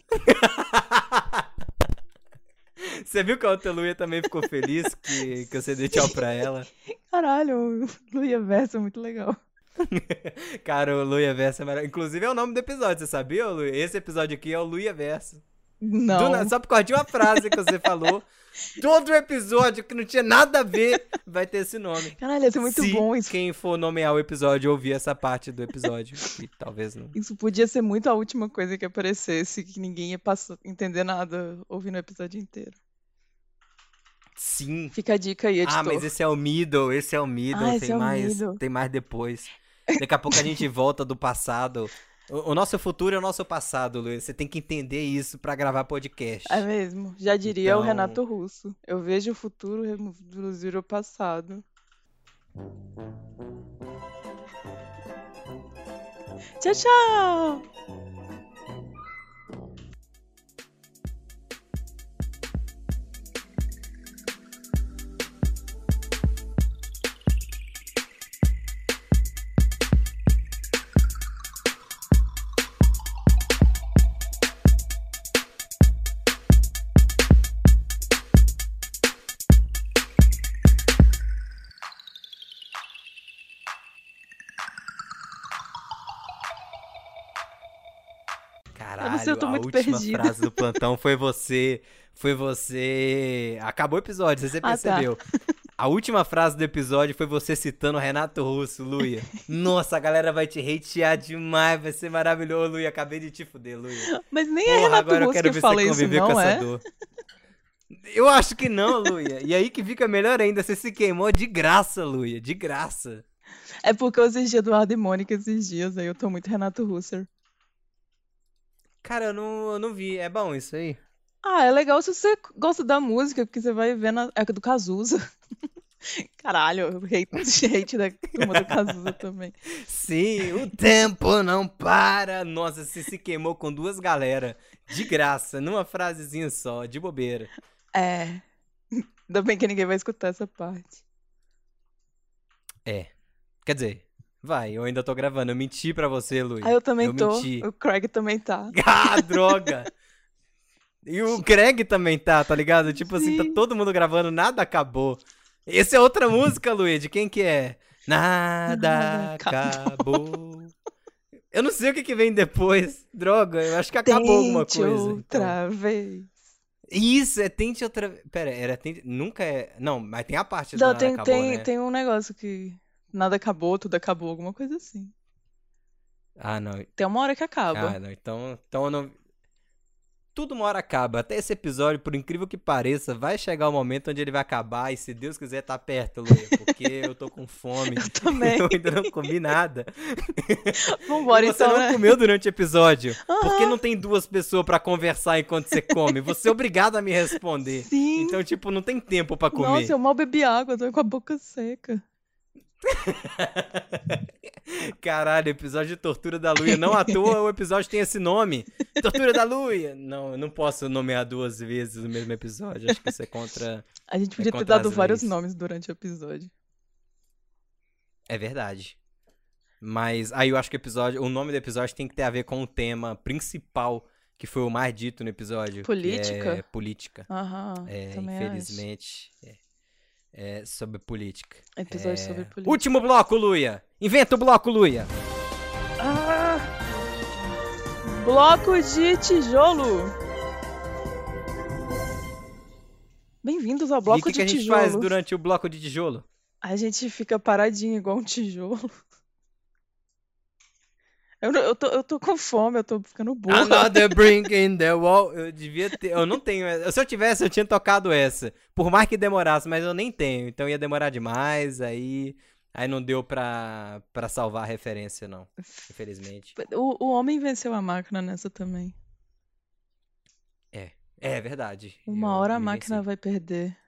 Você viu que a outra Luia também ficou feliz que você deu tchau pra ela? Caralho, o Luia Verso é muito legal. Cara, o Luia Verso é maravilhoso. Inclusive é o nome do episódio, você sabia, Luia? Esse episódio aqui é o Luia Verso. Não. Só por causa de uma frase que você falou. Todo episódio que não tinha nada a ver vai ter esse nome. Caralho, ia ser muito bom isso. Quem for nomear o episódio ouvir essa parte do episódio, que talvez não. Isso podia ser muito a última coisa que aparecesse, que ninguém ia entender nada ouvindo o episódio inteiro. Sim. Fica a dica aí, editor. Mas esse é o middle, tem mais depois. Daqui a pouco a gente volta do passado. O nosso futuro é o nosso passado, Luiz. Você tem que entender isso pra gravar podcast. É mesmo. Já diria o Renato Russo. Eu vejo o futuro reduzir o passado. Tchau, tchau! Caralho, Eu não sei, eu tô a muito última perdida. frase do plantão foi você. Foi você. Acabou o episódio, você Ah, tá. percebeu. A última frase do episódio foi você citando o Renato Russo, Luia. Nossa, a galera vai te hatear demais, vai ser maravilhoso, Luia. Acabei de te fuder, Luia. Mas nem é Porra, Renato agora eu Russo quero que ver fala você isso, conviver com não essa é? dor. Eu acho que não, Luia. E aí que fica melhor ainda, você se queimou de graça, Luia, de graça. É porque eu assisti Eduardo e Mônica esses dias, aí eu tô muito Renato Russo. Cara, eu não vi. É bom isso aí? Ah, é legal se você gosta da música, porque você vai vendo é do Cazuza. Caralho, hate da turma do Cazuza também. Sim, o tempo não para. Nossa, você se queimou com duas galera. De graça, numa frasezinha só, de bobeira. É. Ainda bem que ninguém vai escutar essa parte. É. Quer dizer, vai, eu ainda tô gravando. Eu menti pra você, Luiz. Ah, eu também eu tô. menti. O Craig também tá. Ah, droga! E o Greg também tá ligado? Tipo assim, tá Sim. todo mundo gravando, nada acabou. Essa é outra música, Luiz, de quem que é? Nada Nada acabou. Eu não sei o que vem depois. Droga, eu acho que acabou alguma Tente coisa. Então. outra vez. Isso, é Tente Outra Vez. Pera, era Tente... Nunca é... Não, mas tem a parte do Não, Nada Acabou, né? tem um negócio que nada acabou, tudo acabou, alguma coisa assim. Ah, não. Tem uma hora que acaba. Ah, não. Então eu não... Tudo uma hora acaba. Até esse episódio, por incrível que pareça, vai chegar o momento onde ele vai acabar. E se Deus quiser, tá perto, Luia. Porque eu tô com fome. Eu também. Eu ainda não comi nada. Vambora E você então, não né? comeu durante o episódio. Aham. Porque não tem duas pessoas pra conversar enquanto você come. Você é obrigado a me responder. Sim. Então, tipo, não tem tempo pra comer. Nossa, eu mal bebi água, tô com a boca seca. Caralho, episódio de Tortura da Luia. Não à toa o episódio tem esse nome. Tortura da Luia. Não, eu não posso nomear duas vezes o mesmo episódio. Acho que isso é contra... A gente podia ter contra dado as vários leis. nomes durante o episódio. É verdade. Mas aí eu acho que o nome do episódio tem que ter a ver com o tema principal, que foi o mais dito no episódio. que Política? é política. Aham, É, também infelizmente. É sobre política. acho. Episódio sobre política. Último bloco, Luia. Inventa o bloco, Luia. Ah! Bloco de tijolo. Bem-vindos ao E bloco o que de a gente tijolo. faz durante o bloco de tijolo? A gente fica paradinho igual um tijolo. Eu tô com fome, eu tô ficando burra. Another brick in the wall. Eu devia ter. Eu não tenho essa. Se eu tivesse, eu tinha tocado essa. Por mais que demorasse, mas eu nem tenho. Então ia demorar demais. Aí não deu pra salvar a referência, não. Infelizmente. O homem venceu a máquina nessa também. É verdade. Uma Eu hora a me máquina venci. vai perder.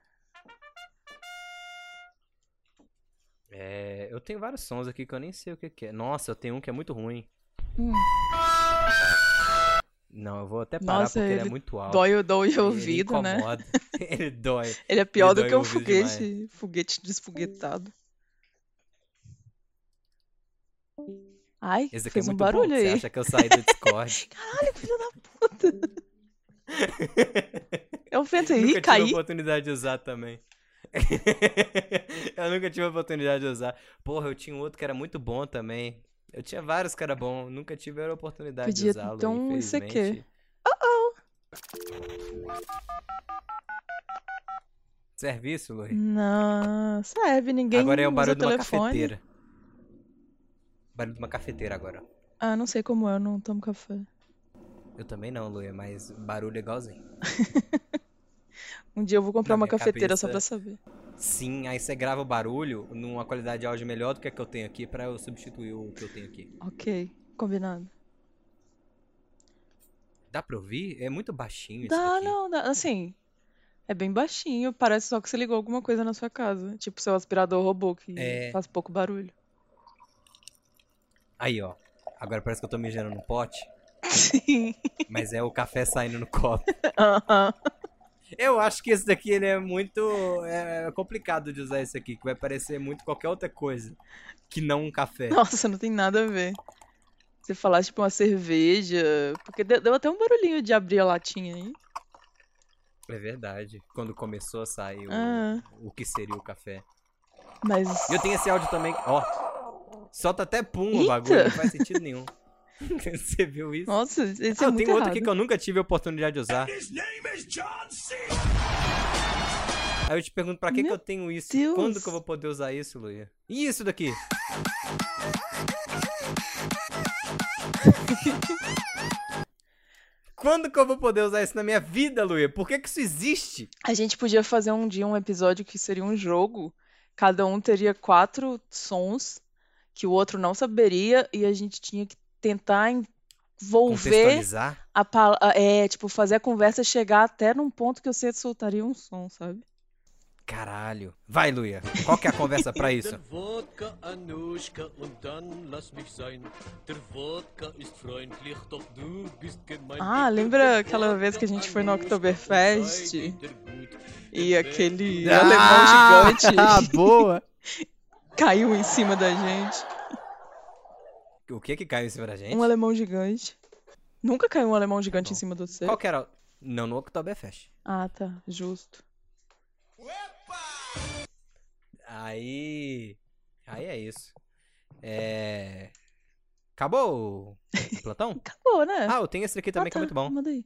Eu tenho vários sons aqui que eu nem sei o que é. Nossa, eu tenho um que é muito ruim. Hum. Não, eu vou até parar Nossa, porque ele é ele muito alto. Dói o Ele ouvido, né? incomoda. Ele dói. Ele é pior do dói que o um ouvido foguete. Foguete desfoguetado. Ai, Esse aqui fez é um muito barulho bom. aí. Você acha que eu saí do Discord? Caralho, filho da puta. Eu pensei, Nunca ih, tive a caí. oportunidade de usar também. Eu nunca tive a oportunidade de usar. Porra, eu tinha um outro que era muito bom também. Eu tinha vários que era bom. Nunca tive a oportunidade Podia de usá-lo, ter um infelizmente. ICQ. Serviço, Luiz? Não, serve, ninguém Agora é o usa barulho de uma telefone. cafeteira. Barulho de uma cafeteira agora. Ah, não sei como é, eu não tomo café. Eu também não, Luia, mas barulho é igualzinho. Um dia eu vou comprar Na uma minha cafeteira só pra cabeça- saber. Sim, aí você grava o barulho numa qualidade de áudio melhor do que a que eu tenho aqui pra eu substituir o que eu tenho aqui. Ok, combinado. Dá pra ouvir? É muito baixinho isso Dá, daqui. não, dá. Assim, é bem baixinho. Parece só que você ligou alguma coisa na sua casa. Tipo seu aspirador robô que É. faz pouco barulho. Aí, ó. Agora parece que eu tô mijando no pote, Sim. mas é o café saindo no copo. Aham. Eu acho que esse daqui ele é muito complicado de usar esse aqui, que vai parecer muito qualquer outra coisa que não um café. Nossa, não tem nada a ver. Você falar tipo uma cerveja. Porque deu até um barulhinho de abrir a latinha aí. É verdade. Quando começou a sair Ah. o que seria o café. Mas. E eu tenho esse áudio também. Ó. Solta até pum o Eita! bagulho, não faz sentido nenhum. Você viu isso? Nossa, esse é Eu muito tenho outro errado. aqui que eu nunca tive a oportunidade de usar. Aí eu te pergunto, pra que Meu eu tenho isso? Deus. Quando que eu vou poder usar isso, Luia? E isso daqui? Quando que eu vou poder usar isso na minha vida, Luia? Por que que isso existe? A gente podia fazer um dia um episódio que seria um jogo. Cada um teria 4 sons que o outro não saberia e a gente tinha que tentar envolver Contextualizar? tipo, fazer a conversa chegar até num ponto que você soltaria um som, sabe? Caralho. Vai, Luia. Qual que é a conversa pra isso? Der Wodka, Anuschka und dann lass mich sein. Der Wodka ist freundlich, doch du bist gemein. Ah, lembra aquela vez que a gente foi no Oktoberfest e aquele alemão gigante Ah, boa. caiu em cima da gente? O que caiu em cima da gente? Um alemão gigante. Nunca caiu um alemão gigante em cima de você? Qual que era? Não, no Oktoberfest. Ah, tá. Justo. Aí é isso. Acabou o plantão? Acabou, né? Ah, eu tenho esse aqui também que é muito bom. Manda aí.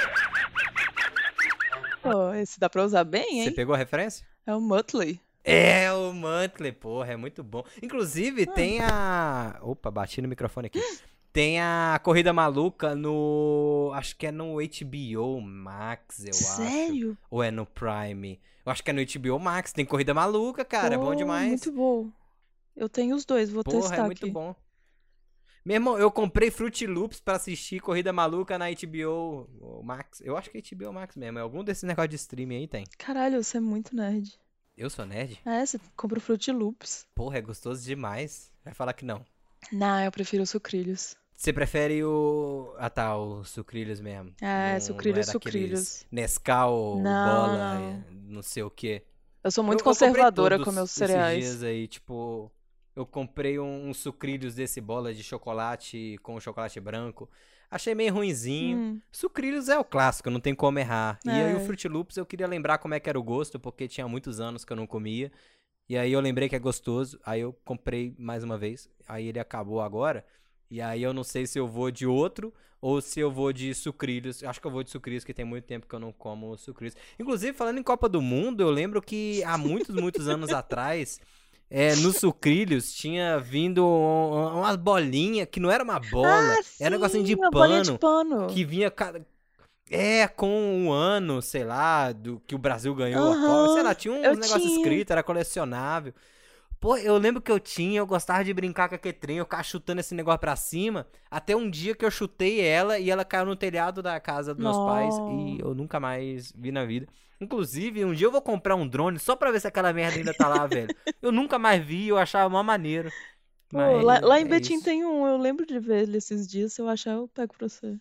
Pô, esse dá pra usar bem, Você hein? pegou a referência? É o Muttley. É, o Muttley, porra, é muito bom. Inclusive, tem a... Opa, bati no microfone aqui. Tem a Corrida Maluca no... Acho que é no HBO Max, eu acho. Sério? Ou é no Prime? Eu acho que é no HBO Max. Tem Corrida Maluca, cara. É bom Pô, demais. Muito bom. Eu tenho os dois, vou Porra, testar é muito aqui. bom. Meu irmão, eu comprei Fruit Loops pra assistir Corrida Maluca na HBO Max. Eu acho que é HBO Max mesmo. É algum desses negócios de streaming aí tem. Caralho, você é muito nerd. Eu sou nerd? É, você compra o Fruit Loops. Porra, é gostoso demais. Vai falar que não. Não, eu prefiro os sucrilhos. Você prefere o... Ah tá, os sucrilhos mesmo. É, Não sucrilhos, é daqueles sucrilhos. Nescau, Não, bola, não. não sei o quê. Eu sou muito Eu comprei conservadora todos com meus esses cereais. dias aí, tipo... Eu comprei uns sucrilhos desse bola de chocolate com chocolate branco. Achei meio ruinzinho. Sucrilhos é o clássico, não tem como errar. E aí o É. Fruit Loops eu queria lembrar como é que era o gosto, porque tinha muitos anos que eu não comia. E aí eu lembrei que é gostoso, aí eu comprei mais uma vez. Aí ele acabou agora. E aí eu não sei se eu vou de outro ou se eu vou de sucrilhos. Acho que eu vou de sucrilhos, que tem muito tempo que eu não como sucrilhos. Inclusive, falando em Copa do Mundo, eu lembro que há muitos anos atrás, nos sucrilhos tinha vindo umas bolinhas, que não era uma bola, era um negocinho de uma bolinha de pano, pano. que vinha com um ano, sei lá, do que o Brasil ganhou a Aham, Copa. Sei lá, tinha uns eu negócios tinha. escritos, era colecionável. Pô, eu lembro que eu gostava de brincar com aquele trem, eu ficava chutando esse negócio pra cima, até um dia que eu chutei ela e ela caiu no telhado da casa dos meus pais e eu nunca mais vi na vida. Inclusive, um dia eu vou comprar um drone só pra ver se aquela merda ainda tá lá, velho. Eu nunca mais vi, eu achava mó maneiro. Pô, Mas lá em é Betim isso. tem um, eu lembro de ver ele esses dias. Se eu achar, eu pego pra você.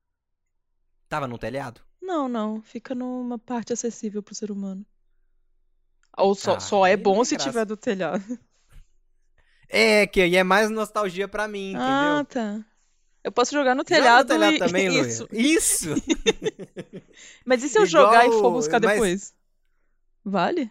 Tava no telhado? Não. Fica numa parte acessível pro ser humano. Ou só Aí é não bom tem se graça. tiver do telhado. É, que aí é mais nostalgia pra mim, entendeu? Ah, tá. Eu posso jogar no Joga no telhado telhado e... também, Luia. Isso. Isso! Mas e se eu Igual jogar e for buscar mas- depois? Vale?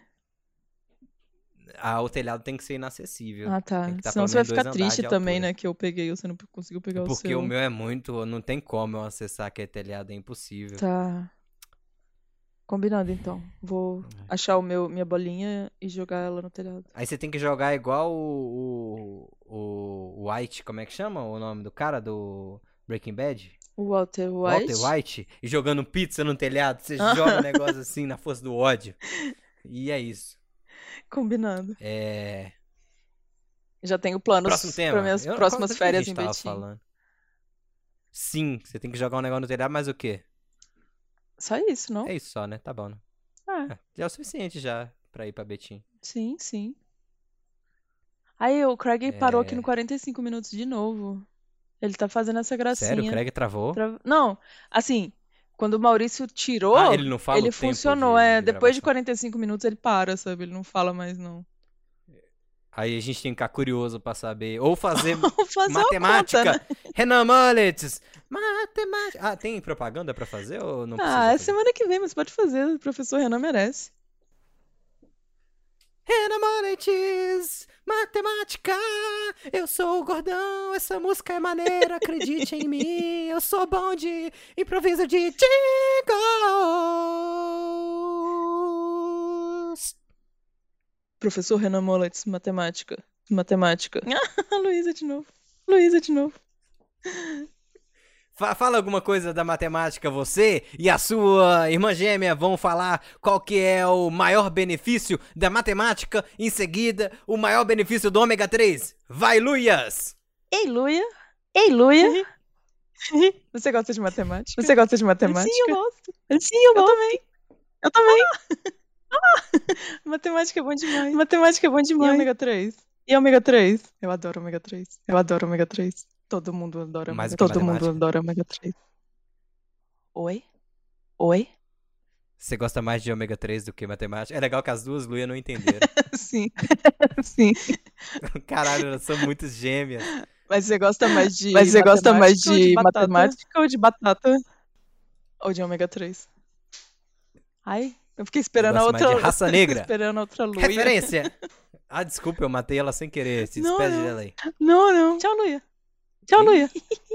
Ah, o telhado tem que ser inacessível. Ah, tá. Tem que tá Senão pelo você vai menos ficar 2 andares triste de também, altura. né? Que eu peguei, você não conseguiu pegar o Porque seu. o meu é muito... Não tem como eu acessar aquele telhado, é impossível. Tá. Combinado, então. Vou achar minha bolinha e jogar ela no telhado. Aí você tem que jogar igual o White, como é que chama o nome do cara do Breaking Bad? O Walter White. Walter White. E jogando pizza no telhado, você Ah. joga um negócio assim na força do ódio. E é isso. Combinado. É... Já tenho planos Próximo tema. para minhas próximas qual que férias a gente em tava Betim. falando? Sim, você tem que jogar um negócio no telhado, mas o quê? Só isso, não? É isso só, né? Tá bom, né? Ah, Já é o suficiente já pra ir pra Betim. sim. Aí o Craig parou aqui É. no 45 minutos de novo. Ele tá fazendo essa gracinha. Sério, o Craig travou? Não, assim, quando o Maurício tirou, Ah, ele não fala o ele tempo funcionou. de Depois de gravação. 45 minutos ele para, sabe? Ele não fala mais, não. Aí a gente tem que ficar curioso pra saber. Ou fazer Vou fazer uma matemática. conta, né? Renan Mullets. Matemática. Ah, tem propaganda pra fazer ou não precisa Ah, é fazer? semana que vem, mas pode fazer. O professor Renan merece. Renan Moletes, matemática, eu sou o gordão, essa música é maneira, acredite em mim, eu sou bom de improviso de jingles. Professor Renan Moletes, matemática. Matemática. Luísa de novo. Luísa de novo. Fala alguma coisa da matemática, você e a sua irmã gêmea vão falar qual que é o maior benefício da matemática, em seguida, o maior benefício do ômega 3. Vai, Luias! Ei, Luia. Ei, Luia. Você gosta de matemática? Você gosta de matemática? Sim, eu gosto. Sim, eu gosto. Eu também. Matemática é bom demais. Matemática é bom E demais. ômega 3? E ômega 3? Eu adoro ômega 3. Eu adoro ômega 3. Todo mundo adora Mais ômega do que 3. Todo mundo matemática? adora ômega 3. Oi? Oi? Você gosta mais de ômega 3 do que matemática? É legal que as duas Luias não entenderam. Sim. Sim. Caralho, elas são muito gêmeas. Mas você gosta mais de Mas você gosta mais matemática ou de batata? matemática ou de batata? Ou de ômega 3? Ai, eu fiquei esperando Eu a gosto mais outra. de raça negra. Esperando a outra Luia. Referência! Ah, desculpa, eu matei ela sem querer. Se Não, despede não. dela aí. Não, não. Tchau, Luia. Tchau, Luia.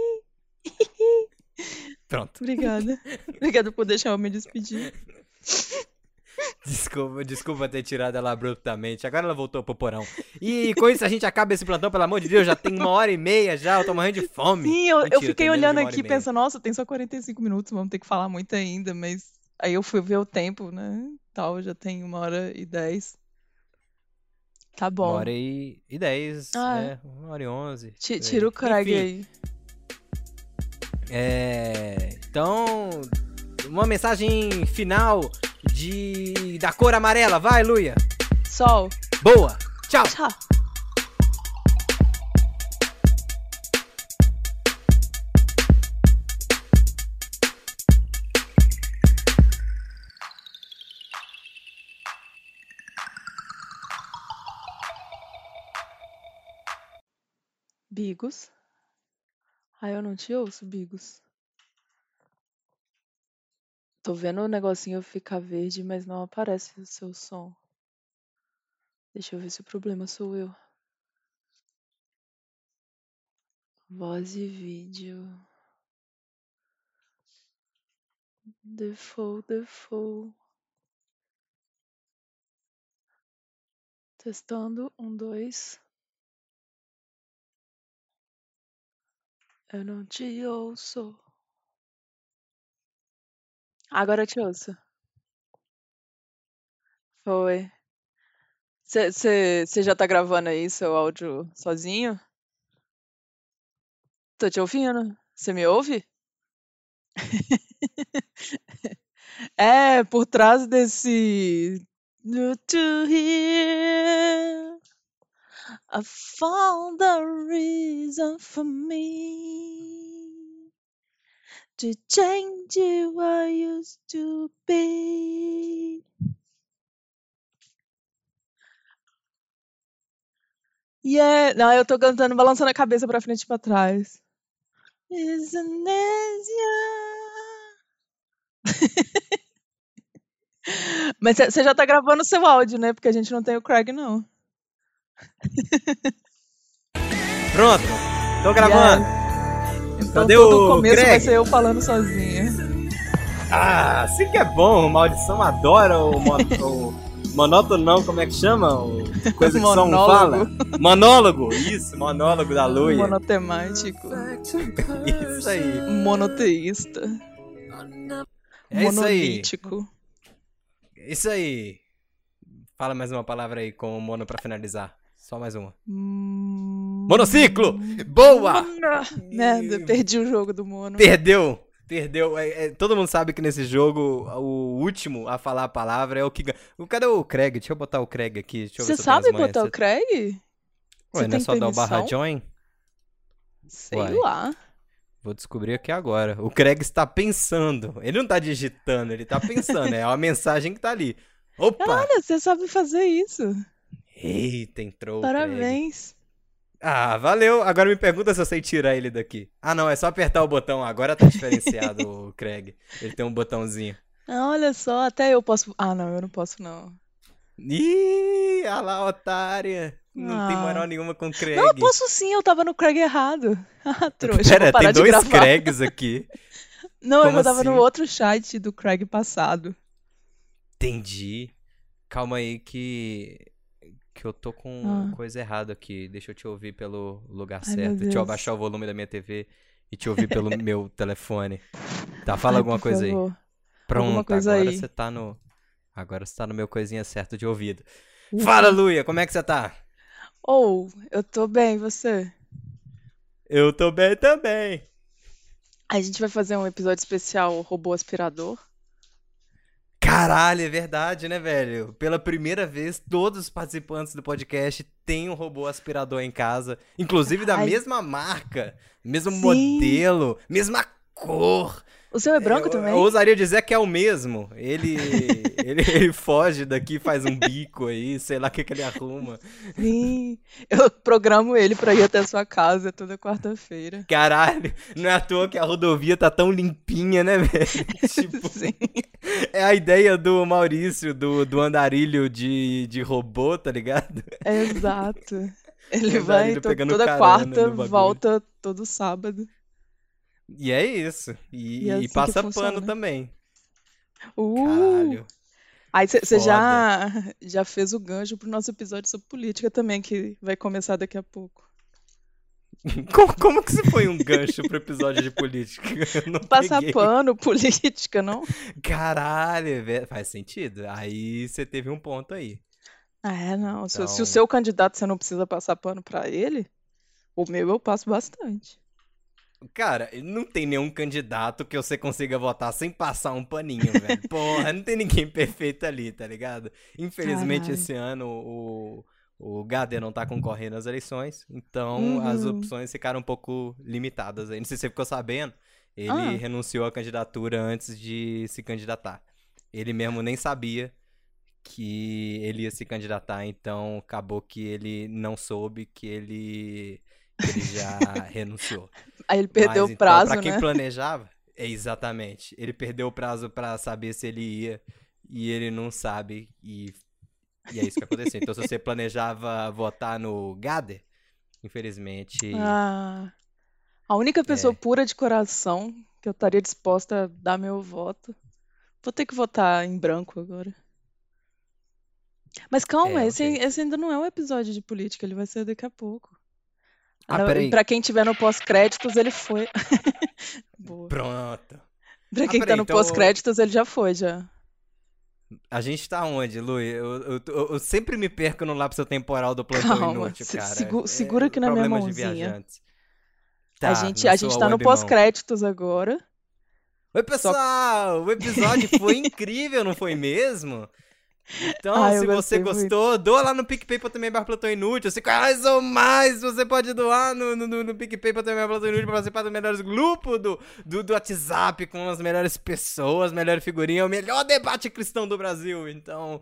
Pronto. Obrigada. Obrigada por deixar eu me despedir. Desculpa ter tirado ela abruptamente. Agora ela voltou pro porão. E com isso a gente acaba esse plantão, pelo amor de Deus. Já tem 1h30 já, eu tô morrendo de fome. Sim, eu Mentira, fiquei tem menos de olhando 1h30. aqui pensando, nossa, tem só 45 minutos, vamos ter que falar muito ainda, mas aí eu fui ver o tempo, né? Tal, já tem 1h10. Tá bom. 1h10, Ah, né? 1h11. Tira o Craig aí. Então, uma mensagem final da cor amarela. Vai, Luia. Sol. Boa. Tchau. Tchau. Bigos. Ai, eu não te ouço, Bigos. Tô vendo o negocinho ficar verde, mas não aparece o seu som. Deixa eu ver se o problema sou eu. Voz e vídeo. Default. Testando, 1, 2. Eu não te ouço. Agora eu te ouço. Foi. Você já tá gravando aí seu áudio sozinho? Tô te ouvindo. Você me ouve? É, por trás desse. To hear, I found a reason for me to change who I used to be. Yeah, não, eu tô cantando, balançando a cabeça pra frente e pra trás. Mas você já tá gravando seu áudio, né? Porque a gente não tem o Craig, não. Pronto. Tô gravando. Então Cadê todo o o começo vai Craig? ser eu falando sozinha. Ah, assim que é bom. O Maldição adora o monótono, não, como é que chama? Coisa que só um fala. Monólogo. Isso, monólogo da Luia. Monotemático. Isso aí. Monoteísta. É isso aí. Monolítico. Isso aí. Fala mais uma palavra aí com o mono pra finalizar. Só mais uma. Monociclo! Boa! Merda, perdi o jogo do mono. Perdeu. Todo mundo sabe que nesse jogo, o último a falar a palavra é o que ganha. Cadê o Craig? Deixa eu botar o Craig aqui. Deixa eu ver Você se eu tenho sabe as manhas. botar o Craig? Ué, Você não é tem só dar o barra permissão? join? Sei Uai. lá. Vou descobrir aqui agora. O Craig está pensando. Ele não tá digitando, ele tá pensando. É uma mensagem que tá ali. Opa! Olha, você sabe fazer isso. Eita, entrou o Craig. Parabéns. Ah, valeu. Agora me pergunta se eu sei tirar ele daqui. Ah, não, é só apertar o botão. Agora tá diferenciado o Craig. Ele tem um botãozinho. Ah, olha só, até eu posso. Ah, não, eu não posso, não. Ih, olha lá, otária. Não tem Ah. moral nenhuma com o Craig. Não, eu posso sim, eu tava no Craig errado. Ah, trouxa, Pera, vou parar tem de dois gravar. Craigs aqui. Não, Como eu tava no assim? outro chat do Craig passado. Entendi. Calma aí que eu tô com Ah. coisa errada aqui. Deixa eu te ouvir pelo lugar Ai, meu certo. Deixa eu Deus. abaixar o volume da minha TV e te ouvir pelo meu telefone. Tá, fala Ai, alguma por coisa aí. favor. Pronto, Alguma coisa agora aí. você tá no. Agora você tá no meu coisinha certo de ouvido. Ufa. Fala, Luia, como é que você tá? Eu tô bem, e você? Eu tô bem também. A gente vai fazer um episódio especial Robô Aspirador. Caralho, é verdade, né, velho? Pela primeira vez, todos os participantes do podcast têm um robô aspirador em casa. Inclusive da Ai. mesma marca, mesmo Sim. modelo, mesma cor. O seu é branco Eu também? ousaria dizer que é o mesmo. Ele foge daqui, faz um bico aí, sei lá o que ele arruma. Sim. Eu programo ele pra ir até a sua casa toda quarta-feira. Caralho, não é à toa que a rodovia tá tão limpinha, né, velho? Tipo, Sim. é a ideia do Maurício, do andarilho de robô, tá ligado? Exato. Ele O vai andarilho pegando toda carona quarta, no bagulho. volta todo sábado. E é isso. E E é assim que passa funciona. pano também. Uh! Caralho. Aí você Foda. já fez o gancho pro nosso episódio sobre política também, que vai começar daqui a pouco. Como que isso foi um gancho pro episódio de política? Eu não Passar peguei. pano, política, não? Caralho, faz sentido. Aí você teve um ponto aí. Não. Se Então- o seu candidato você não precisa passar pano pra ele, o meu eu passo bastante. Cara, não tem nenhum candidato que você consiga votar sem passar um paninho, velho. Porra, não tem ninguém perfeito ali, tá ligado? Infelizmente, Caralho. esse ano o Gader não tá concorrendo às eleições, então as Uhum. opções ficaram um pouco limitadas aí. Não sei se você ficou sabendo, ele Ah. renunciou à candidatura antes de se candidatar. Ele mesmo nem sabia que ele ia se candidatar, então acabou que ele não soube que ele já renunciou. Aí ele perdeu Mas, o então, prazo, pra quem né? planejava, exatamente. Ele perdeu o prazo pra saber se ele ia e ele não sabe e é isso que aconteceu. Então, se você planejava votar no Gader, infelizmente, Ah, a única pessoa É. pura de coração que eu estaria disposta a dar meu voto. Vou ter que votar em branco agora. Mas calma, É, esse ok. ainda não é um episódio de política, ele vai ser daqui a pouco. Ah, peraí. Pra quem tiver no pós-créditos, ele foi. Boa. Pronto. Pra quem tá peraí, no então- pós-créditos, ele já foi, já. A gente tá onde, Lui? Eu sempre me perco no lapso temporal do plantão Calma, inútil, se- cara. segura aqui na minha problemas de mãozinha. viajantes. A Tá, gente na sua tá no web mão. pós-créditos agora. Oi, pessoal! O episódio foi incrível, não foi mesmo? Então, Ah, eu se você gostei muito. gostou, doa lá no PicPay pra também Plantão Inútil. R$5 ou mais você pode doar no PicPay pra também Plantão Inútil pra participar dos melhores grupos do WhatsApp com as melhores pessoas, melhor figurinha, o melhor debate cristão do Brasil. Então,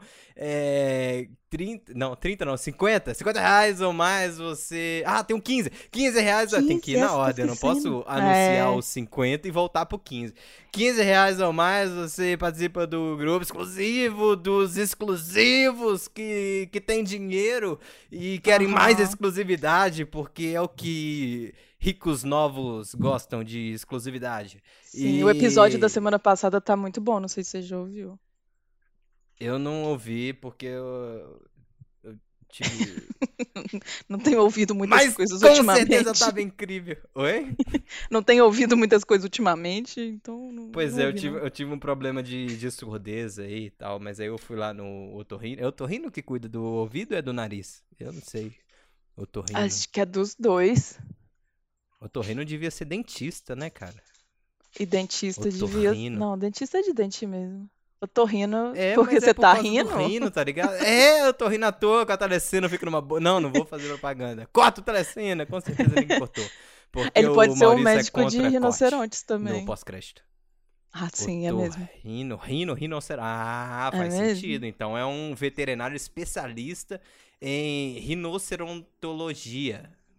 50 R$50 ou mais você... Ah, tem um 15 R$15, tem que ir 15, na tá ordem, eu não posso esquecendo. anunciar É. os 50 e voltar pro 15. R$15 ou mais, você participa do grupo exclusivo, dos exclusivos que tem dinheiro e querem mais Aham. exclusividade, porque é o que ricos novos gostam de exclusividade. Sim, E o episódio da semana passada tá muito bom, não sei se você já ouviu. eu não ouvi porque eu tive... Não tenho ouvido muitas Mas coisas com ultimamente. certeza tava incrível. Oi? Não tenho ouvido muitas coisas ultimamente, então não. Pois não é, ouvi, não. eu tive um problema de surdez aí e tal, mas aí eu fui lá no otorrino. É o otorrino que cuida do ouvido ou é do nariz? Eu não sei. Otorrino. Acho que é dos dois. Otorrino devia ser dentista, né, cara? E dentista devia. Otorrino. Não, dentista é de dente mesmo. Otorrino, É, porque mas você é por tá causa do rindo? rino, tá ligado? Eu tô rindo à toa, com a telecena, eu fico numa boa. Não vou fazer propaganda. Corta o telecena, com certeza ninguém cortou. Porque Ele pode ser um Maurício é médico de contra corte rinocerontes no também. pós-crédito. Ah, sim, é mesmo. Rinoceronte. Ah, É faz mesmo? sentido. Então é um veterinário especialista em rinocerontologia.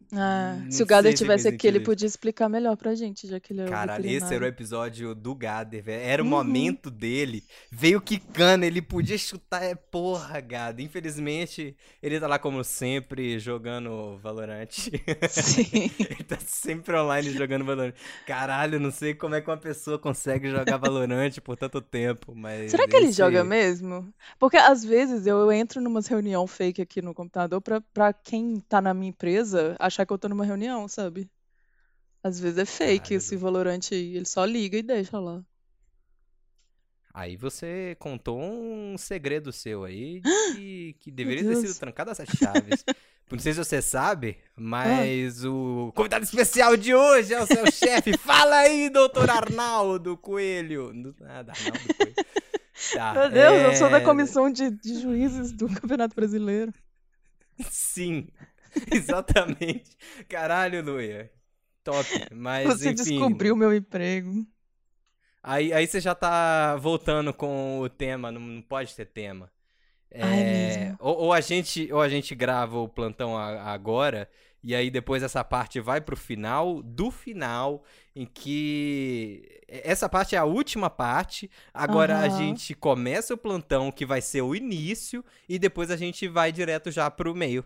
Se Não o Gader sei se tivesse fez aqui, ele sentido isso. podia explicar melhor pra gente, já que ele é o Caralho, esse era o veterinário. episódio do Gader, velho. Era o Uhum. momento dele. Veio quicando, ele podia chutar. Porra, Gader. Infelizmente, ele tá lá como sempre, jogando Valorant. Sim. Ele tá sempre online jogando Valorant. Caralho, não sei como é que uma pessoa consegue jogar Valorant por tanto tempo, mas Será que ele esse joga mesmo? Porque às vezes eu entro numas reunião fake aqui no computador pra quem tá na minha empresa achar que eu tô numa reunião, sabe? Às vezes é fake Caralho, esse Lu. Valorant aí, ele só liga e deixa lá. Aí você contou um segredo seu aí que Meu deveria ter sido Deus. trancado a sete chaves. Não sei se você sabe, Ah, mas o convidado especial de hoje é o seu chefe. Fala aí, doutor Arnaldo Coelho. Nada, Arnaldo Coelho. Tá, meu Deus, eu sou da comissão de juízes do Campeonato Brasileiro. Sim, exatamente. Caralho, Luia. Top. Mas, Você enfim. descobriu meu emprego. Aí você já tá voltando com o tema, não pode ter tema. Ai, mesmo. Ou a gente grava o plantão agora, e aí depois essa parte vai pro final, do final, em que essa parte é a última parte, agora a Aham. gente começa o plantão, que vai ser o início, e depois a gente vai direto já pro meio.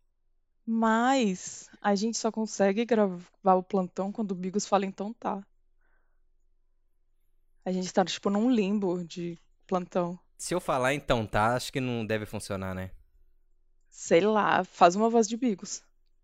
Mas a gente só consegue gravar o plantão quando o Bigos fala então tá. A gente tá tipo num limbo de plantão. Se eu falar então tá, acho que não deve funcionar, né? Sei lá, faz uma voz de Bigos.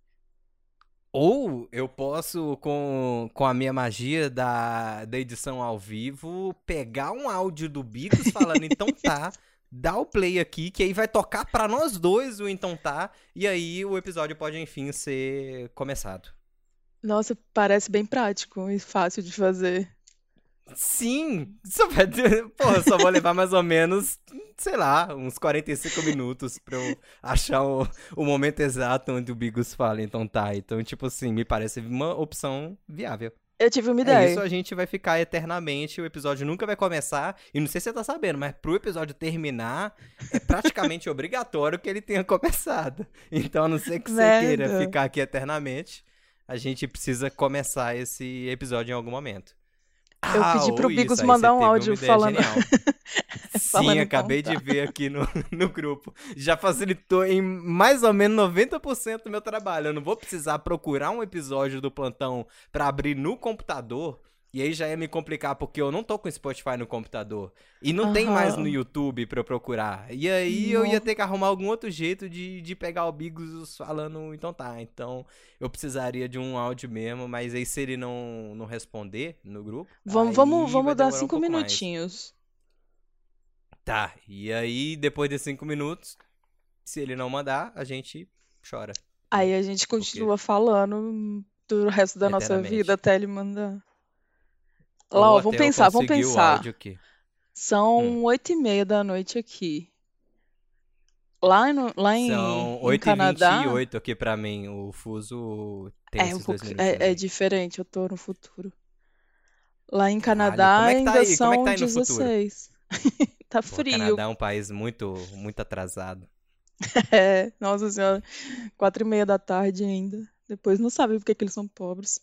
Ou eu posso, com a minha magia da edição ao vivo, pegar um áudio do Bigos falando então tá, dar o play aqui, que aí vai tocar pra nós dois o então tá, e aí o episódio pode enfim ser começado. Nossa, parece bem prático e fácil de fazer. Sim! Porra, só vou levar mais ou menos, sei lá, uns 45 minutos pra eu achar o momento exato onde o Bigos fala, então tá. Então, tipo assim, me parece uma opção viável. Eu tive uma É isso, ideia. a gente vai ficar eternamente, o episódio nunca vai começar, e não sei se você tá sabendo, mas pro episódio terminar, é praticamente obrigatório que ele tenha começado. Então, a não ser que você queira Merda. ficar aqui eternamente, a gente precisa começar esse episódio em algum momento. Eu pedi pro Isso, Bigos aí mandar você um teve uma áudio ideia falando. genial. Sim, Falando acabei então de tá. ver aqui no grupo. Já facilitou em mais ou menos 90% do meu trabalho. Eu não vou precisar procurar um episódio do plantão pra abrir no computador. E aí já ia me complicar, porque eu não tô com Spotify no computador. E não tem mais no Aham. YouTube pra eu procurar. E aí eu ia No- ter que arrumar algum outro jeito de pegar o Bigos falando, então tá. Então eu precisaria de um áudio mesmo, mas aí se ele não responder no grupo, Vamos, aí vai dar demorar um 5 pouco mais. minutinhos. Tá, e aí depois de 5 minutos, se ele não mandar, a gente chora, né? Aí a gente Porque continua falando do resto da nossa vida eternamente. até ele mandar. Lá, Ou ó, até eu vamos conseguir o pensar. áudio aqui. Hum. São 8h30 da noite aqui. Lá, lá São em Canadá, 8h28 aqui pra mim. O fuso tem é um esses 2 pouco, minutinhos é aí. diferente, eu tô no futuro. Lá em Caralho, Canadá como é que tá ainda aí? Como é que são tá aí no futuro? 16. Tá Pô, frio. Canadá é um país muito atrasado. É, nossa senhora, 4h30 da tarde ainda. Depois não sabe por que eles são pobres.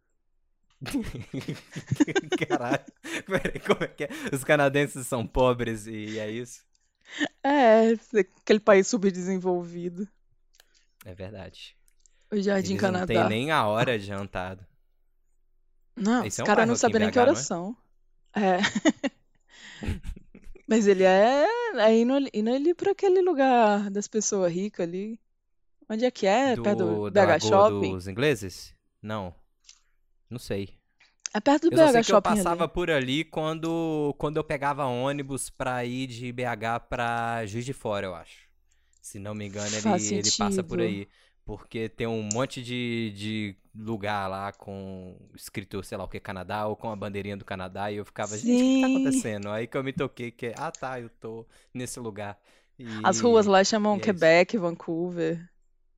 Caralho, peraí, como é que é? Os canadenses são pobres e é isso? É, aquele país subdesenvolvido. É verdade. O Jardim Eles não têm Canadá. nem a hora adiantada. Não, Isso os é um caras bairro não aqui em sabem nem que BH, não horas é? são. É. Mas ele é indo ali pra aquele lugar das pessoas ricas ali. Onde é que é? Perto do Da BH Lagoa Shopping? dos Ingleses? Não sei. É perto do Eu só sei BH que eu Shopping passava ali. por ali quando eu pegava ônibus pra ir de BH pra Juiz de Fora, eu acho. Se não me engano, Faz ele passa por sentido. aí. Porque tem um monte de lugar lá com escrito, sei lá o que, Canadá, ou com a bandeirinha do Canadá, e eu ficava, gente, o que tá Sim. acontecendo? Aí que eu me toquei que, tá, eu tô nesse lugar. As ruas lá chamam E é isso. Quebec, Vancouver.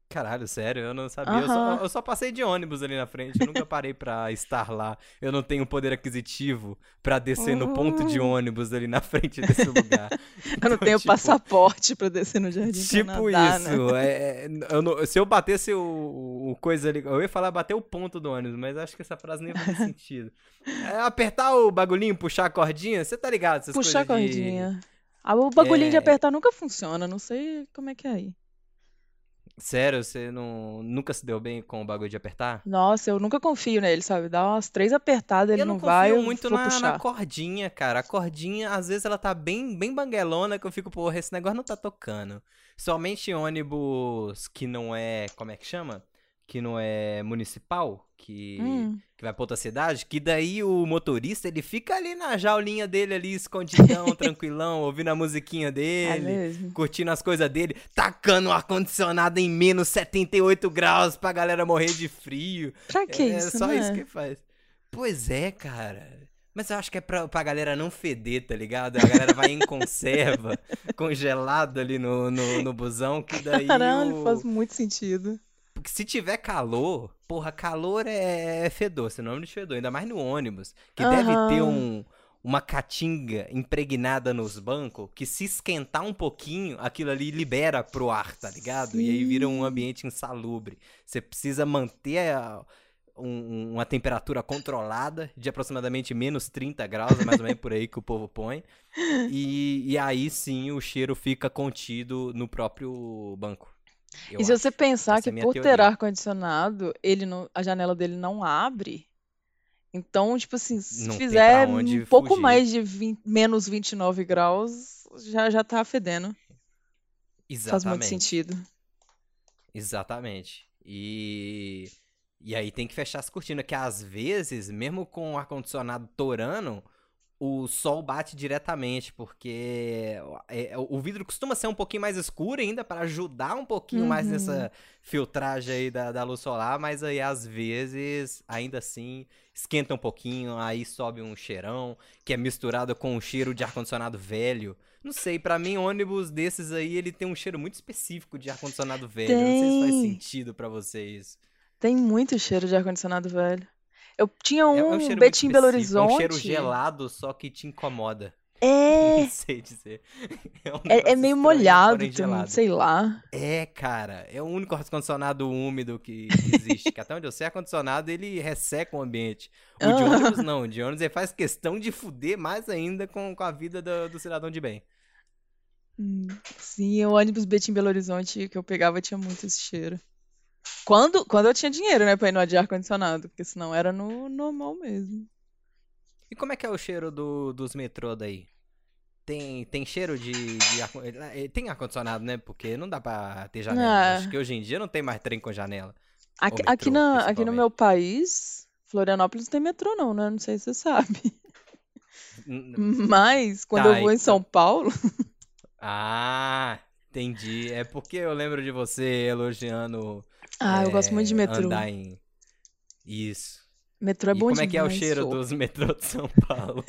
Caralho, sério, eu não sabia. Aham. Eu só passei de ônibus ali na frente, eu nunca parei pra estar lá. Eu não tenho poder aquisitivo pra descer no ponto de ônibus ali na frente desse lugar. Eu não Então, tenho tipo, passaporte pra descer no Jardim tipo Canadá, isso. né? Se eu batesse o coisa ali, eu ia falar bater o ponto do ônibus, mas acho que essa frase nem faz sentido. É apertar o bagulhinho, puxar a cordinha, você tá ligado? Essas Puxar a coisas de. cordinha. Ah, o bagulhinho de É, apertar nunca funciona, não sei como é que é aí. sério, você nunca se deu bem com o bagulho de apertar? Nossa, eu nunca confio nele, sabe? Dá umas 3 apertadas, ele Eu não não vai, confio eu muito vou na puxar. cordinha, cara. A cordinha, às vezes, ela tá bem banguelona que eu fico, porra, esse negócio não tá tocando. Somente ônibus que não é, como é que chama? Que não é municipal, que vai pra outra cidade, que daí o motorista, ele fica ali na jaulinha dele ali, escondidão, tranquilão, ouvindo a musiquinha É dele, mesmo? curtindo as coisas dele, tacando o ar-condicionado em menos 78 graus pra galera morrer de frio. Pra que É isso, só isso né? que faz. Pois é, cara. Mas eu acho que é pra galera não feder, tá ligado? A galera vai em conserva, congelado ali no busão, que daí Caralho, faz o. muito sentido. Porque se tiver calor, porra, calor é fedor, sinônimo de fedor, ainda mais no ônibus, que deve ter Aham. uma caatinga impregnada nos bancos, que se esquentar um pouquinho, aquilo ali libera pro ar, tá ligado? E aí vira um Sim. ambiente insalubre. Você precisa manter uma temperatura controlada de aproximadamente menos 30 graus, é mais ou menos por aí que o povo põe. E aí sim o cheiro fica contido no próprio banco, eu E se você acho. pensar Essa é que a minha por ter teoria. ar-condicionado, ele não, a janela dele não abre, então, tipo assim, se Não tem pra fizer um onde pouco fugir. mais de menos 29 graus, já tá fedendo. Faz muito Exatamente. sentido. Exatamente. E aí tem que fechar as cortinas, que às vezes, mesmo com o ar-condicionado torando, o sol bate diretamente, porque o vidro costuma ser um pouquinho mais escuro ainda, para ajudar um pouquinho mais Uhum. nessa filtragem aí da luz solar, mas aí às vezes, ainda assim, esquenta um pouquinho, aí sobe um cheirão, que é misturado com o cheiro de ar-condicionado velho. Não sei, pra mim, ônibus desses aí, ele tem um cheiro muito específico de ar-condicionado velho. Eu não sei se faz Tem. sentido pra vocês. Tem muito cheiro de ar-condicionado velho. Eu tinha É um um cheiro muito Betim Belo específico, é um cheiro Horizonte. gelado, só que te incomoda. Não É, sei dizer. É um é negócio meio estranho, molhado porém também, gelado. sei lá. É, cara, é o único ar-condicionado úmido que existe. Que até onde eu sei, ar-condicionado ele resseca o ambiente. O de ônibus Ah, não, o de ônibus ele faz questão de fuder mais ainda com a vida do cidadão de bem. sim, o ônibus Betim Belo Horizonte que eu pegava tinha muito esse cheiro. Quando eu tinha dinheiro, né, pra ir no de ar-condicionado, porque senão era no normal mesmo. E como é que é o cheiro dos metrô daí? Tem cheiro de tem ar-condicionado, né? Porque não dá pra ter janela. Acho que Ah, hoje em dia não tem mais trem com janela. Ou aqui, metrô, aqui no meu principalmente. país, Florianópolis não tem metrô não, né? Não sei se você sabe. N- Mas quando eu Tá, vou em São então. Paulo, Ah, entendi. É porque eu lembro de você elogiando eu gosto muito de metrô. andar em. Isso. Metrô é E bom como é que é o demais, cheiro sou. dos metrô de São Paulo?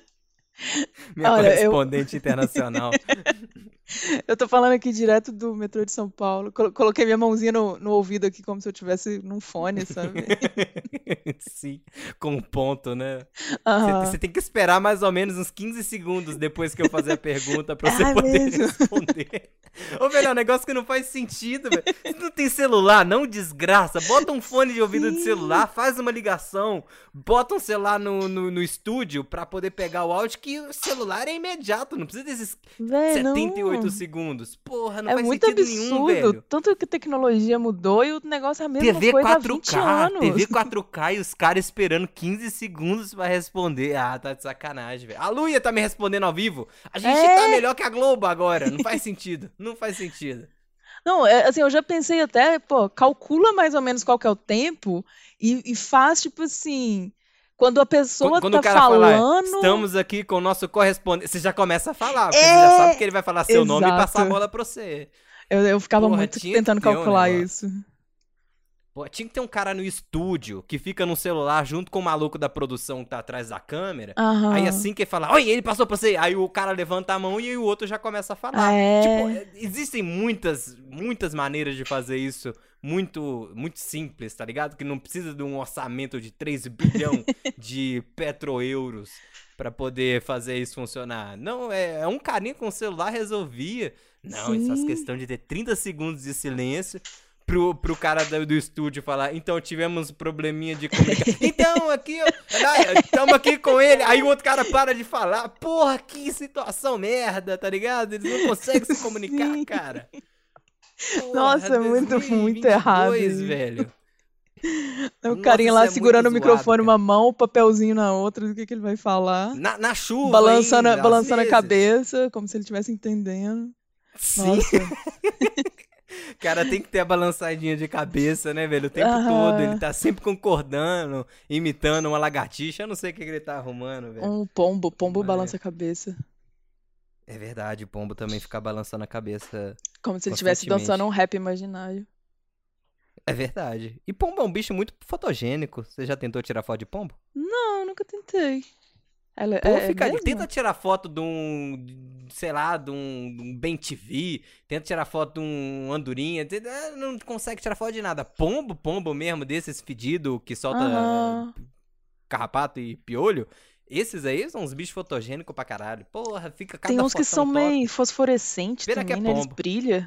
Minha Olha, correspondente internacional. eu tô falando aqui direto do metrô de São Paulo. Coloquei minha mãozinha no ouvido aqui como se eu tivesse num fone, sabe? Sim, com um ponto, né? Você Aham. tem que esperar mais ou menos uns 15 segundos depois que eu fazer a pergunta pra você É poder mesmo. responder. Ô, velho, é um negócio que não faz sentido, velho. Você não tem celular, não, desgraça. Bota um fone de ouvido de Sim. celular, faz uma ligação, bota um celular no estúdio pra poder pegar o áudio, que o celular é imediato, não precisa desses Véi, 78 não. segundos. Porra, não É faz muito sentido nenhum, absurdo. velho. Tanto que a tecnologia mudou e o negócio é a mesma TV coisa há 20 4K, anos. TV 4K e os caras esperando 15 segundos pra responder. Ah, tá de sacanagem, velho. A Luia tá me respondendo ao vivo. A gente tá É. melhor que a Globo agora. Não faz sentido. Não faz sentido. Não, assim, eu já pensei até, pô, calcula mais ou menos qual que é o tempo e faz, tipo assim, quando a pessoa Quando o tá cara falar, falando. estamos aqui com o nosso correspondente, você já começa a falar, porque você já sabe que É! ele vai falar seu nome e Exato. passar a bola pra você. Eu ficava Porra, muito tinha que tentando ter um calcular negócio. isso. Pô, tinha que ter um cara no estúdio que fica no celular junto com o maluco da produção que tá atrás da câmera. Aham. Aí assim que ele fala, oi, ele passou pra você. Aí o cara levanta a mão e aí o outro já começa a falar. Tipo, existem muitas maneiras de fazer isso muito simples, tá ligado? Que não precisa de um orçamento de 3 bilhões de petroeuros pra poder fazer isso funcionar. Não, é um carinha com o celular resolvia. Não, essas Sim. questões de ter 30 segundos de silêncio pro cara do estúdio falar, então tivemos probleminha de comunicação. Então, aqui, estamos aqui com ele. Aí o outro cara para de falar. Porra, que situação merda, tá ligado? Eles não conseguem se comunicar, Sim. cara. Porra, Nossa, muito 2022, errado isso. velho. O Nossa, carinha lá isso é segurando o muito microfone zoado, uma mão, o papelzinho na outra, do que ele vai falar. Na chuva Balançando, ainda, às balançando a vezes. cabeça, como se ele estivesse entendendo. Sim. Nossa. Cara, tem que ter a balançadinha de cabeça, né, velho? O tempo Aham. todo. Ele tá sempre concordando, imitando uma lagartixa. Eu não sei o que ele tá arrumando, velho. Um pombo Mas- balança a cabeça. É verdade, o pombo também fica balançando a cabeça. Como se ele estivesse Constantemente. dançando um rap imaginário. É verdade. E pombo é um bicho muito fotogênico. Você já tentou tirar foto de pombo? Não, nunca tentei. Ela Pô, mesmo? tenta tirar foto de um, sei lá, de um Bem TV, tenta tirar foto de um andorinha, não consegue tirar foto de nada. Pombo mesmo, desses fedidos que solta Aham. carrapato e piolho, esses aí são uns bichos fotogênicos pra caralho. Porra, fica cada Tem uns que fotão são top. meio fosforescentes Pena que também, é né? Eles pombo. brilham.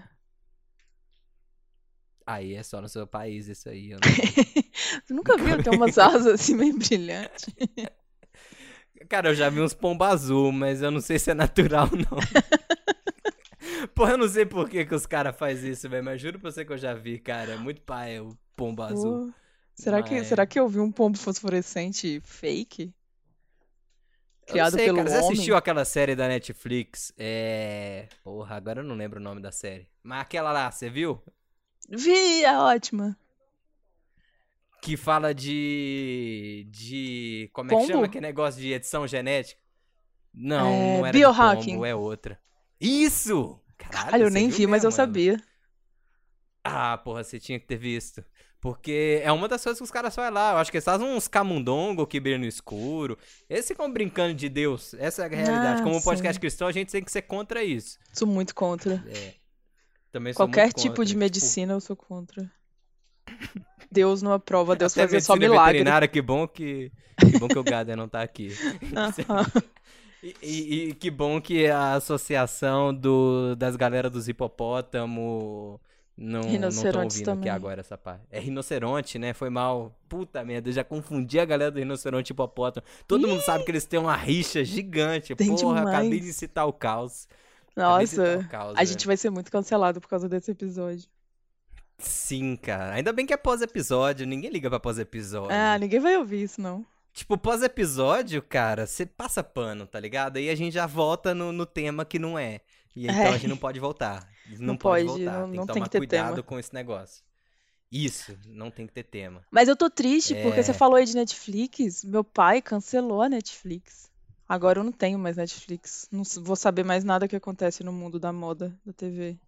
Aí é só no seu país isso aí. Eu não- Você nunca viu? Tem umas asas assim meio brilhantes. Cara, eu já vi uns pombos azul, mas eu não sei se é natural, não. Porra, eu não sei por que os caras fazem isso, velho, mas juro pra você que eu já vi, cara. É muito pai o pombo azul. Pô, será que eu vi um pombo fosforescente fake? Eu não Criado sei, pelo cara. Você homem? assistiu aquela série da Netflix? Porra, agora eu não lembro o nome da série. Mas aquela lá, você viu? Vi, é ótima. Que fala como é que Pombo? chama aquele negócio de edição genética? Não, É, não era de biohacking. pombo, é outra. Isso! Caralho, Olha, eu você nem viu vi, mas eu mesmo ela. sabia. Ah, porra, você tinha que ter visto. Porque é uma das coisas que os caras fazem lá. Eu acho que eles fazem uns camundongo que brilham no escuro. Eles ficam brincando de Deus. Essa é a realidade. Ah, Como podcast sim. cristão, a gente tem que ser contra isso. Sou muito contra. Também sou Qualquer muito tipo contra. de medicina eu sou contra. Deus não aprova, Deus Até fazia só medicina milagre. veterinária, que bom que o Gader não tá aqui. Aham. E que bom que a associação das galera dos hipopótamo não estão Rinocerontes ouvindo aqui também. agora essa parte. É rinoceronte, né? Foi mal. Puta merda, eu já confundi a galera do rinoceronte e hipopótamo. Todo mundo sabe que eles têm uma rixa gigante. Tem Porra, acabei demais. de citar o caos. Acabei de citar Nossa, o caos, a velho. gente vai ser muito cancelado por causa desse episódio. Sim, cara. Ainda bem que é pós-episódio. Ninguém liga pra pós-episódio. Ah, ninguém vai ouvir isso, não. Tipo, pós-episódio, cara, você passa pano, tá ligado? Aí a gente já volta no tema que não é. E então a gente não pode voltar. Não pode pode, voltar. não- Tem que não tem tomar que ter cuidado tema. com esse negócio. Isso, não tem que ter tema. Mas eu tô triste porque você É. falou aí de Netflix. Meu pai cancelou a Netflix. Agora eu não tenho mais Netflix. Não vou saber mais nada que acontece no mundo da moda, da TV.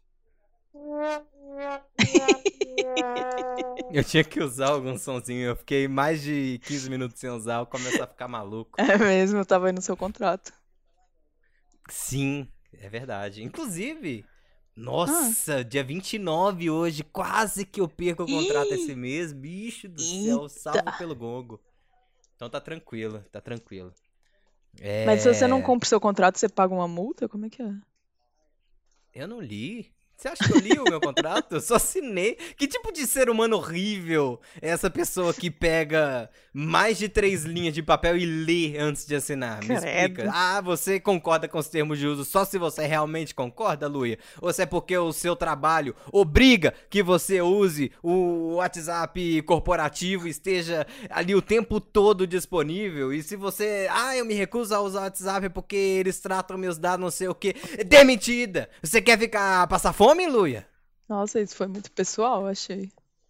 Eu tinha que usar algum sonzinho. Eu fiquei mais de 15 minutos sem usar. Eu começo a ficar maluco. É mesmo, eu tava aí no seu contrato. Sim, é verdade. Inclusive, nossa, dia 29 hoje. Quase que eu perco o contrato esse mês. Bicho do céu, salvo pelo gongo. Então tá tranquilo, tá tranquilo. Mas se você não É, cumpre seu contrato, você paga uma multa? Como é que é? Eu não li. Você acha que eu li o meu contrato? Eu só assinei. Que tipo de ser humano horrível é essa pessoa que pega mais de 3 linhas de papel e lê antes de assinar? Me explica. Credo. Ah, você concorda com os termos de uso só se você realmente concorda, Luia? Ou se é porque o seu trabalho obriga que você use o WhatsApp corporativo e esteja ali o tempo todo disponível? E se você... Ah, eu me recuso a usar o WhatsApp porque eles tratam meus dados não sei o quê. Demitida! Você quer passar fome, Luia? Nossa, isso foi muito pessoal, eu achei.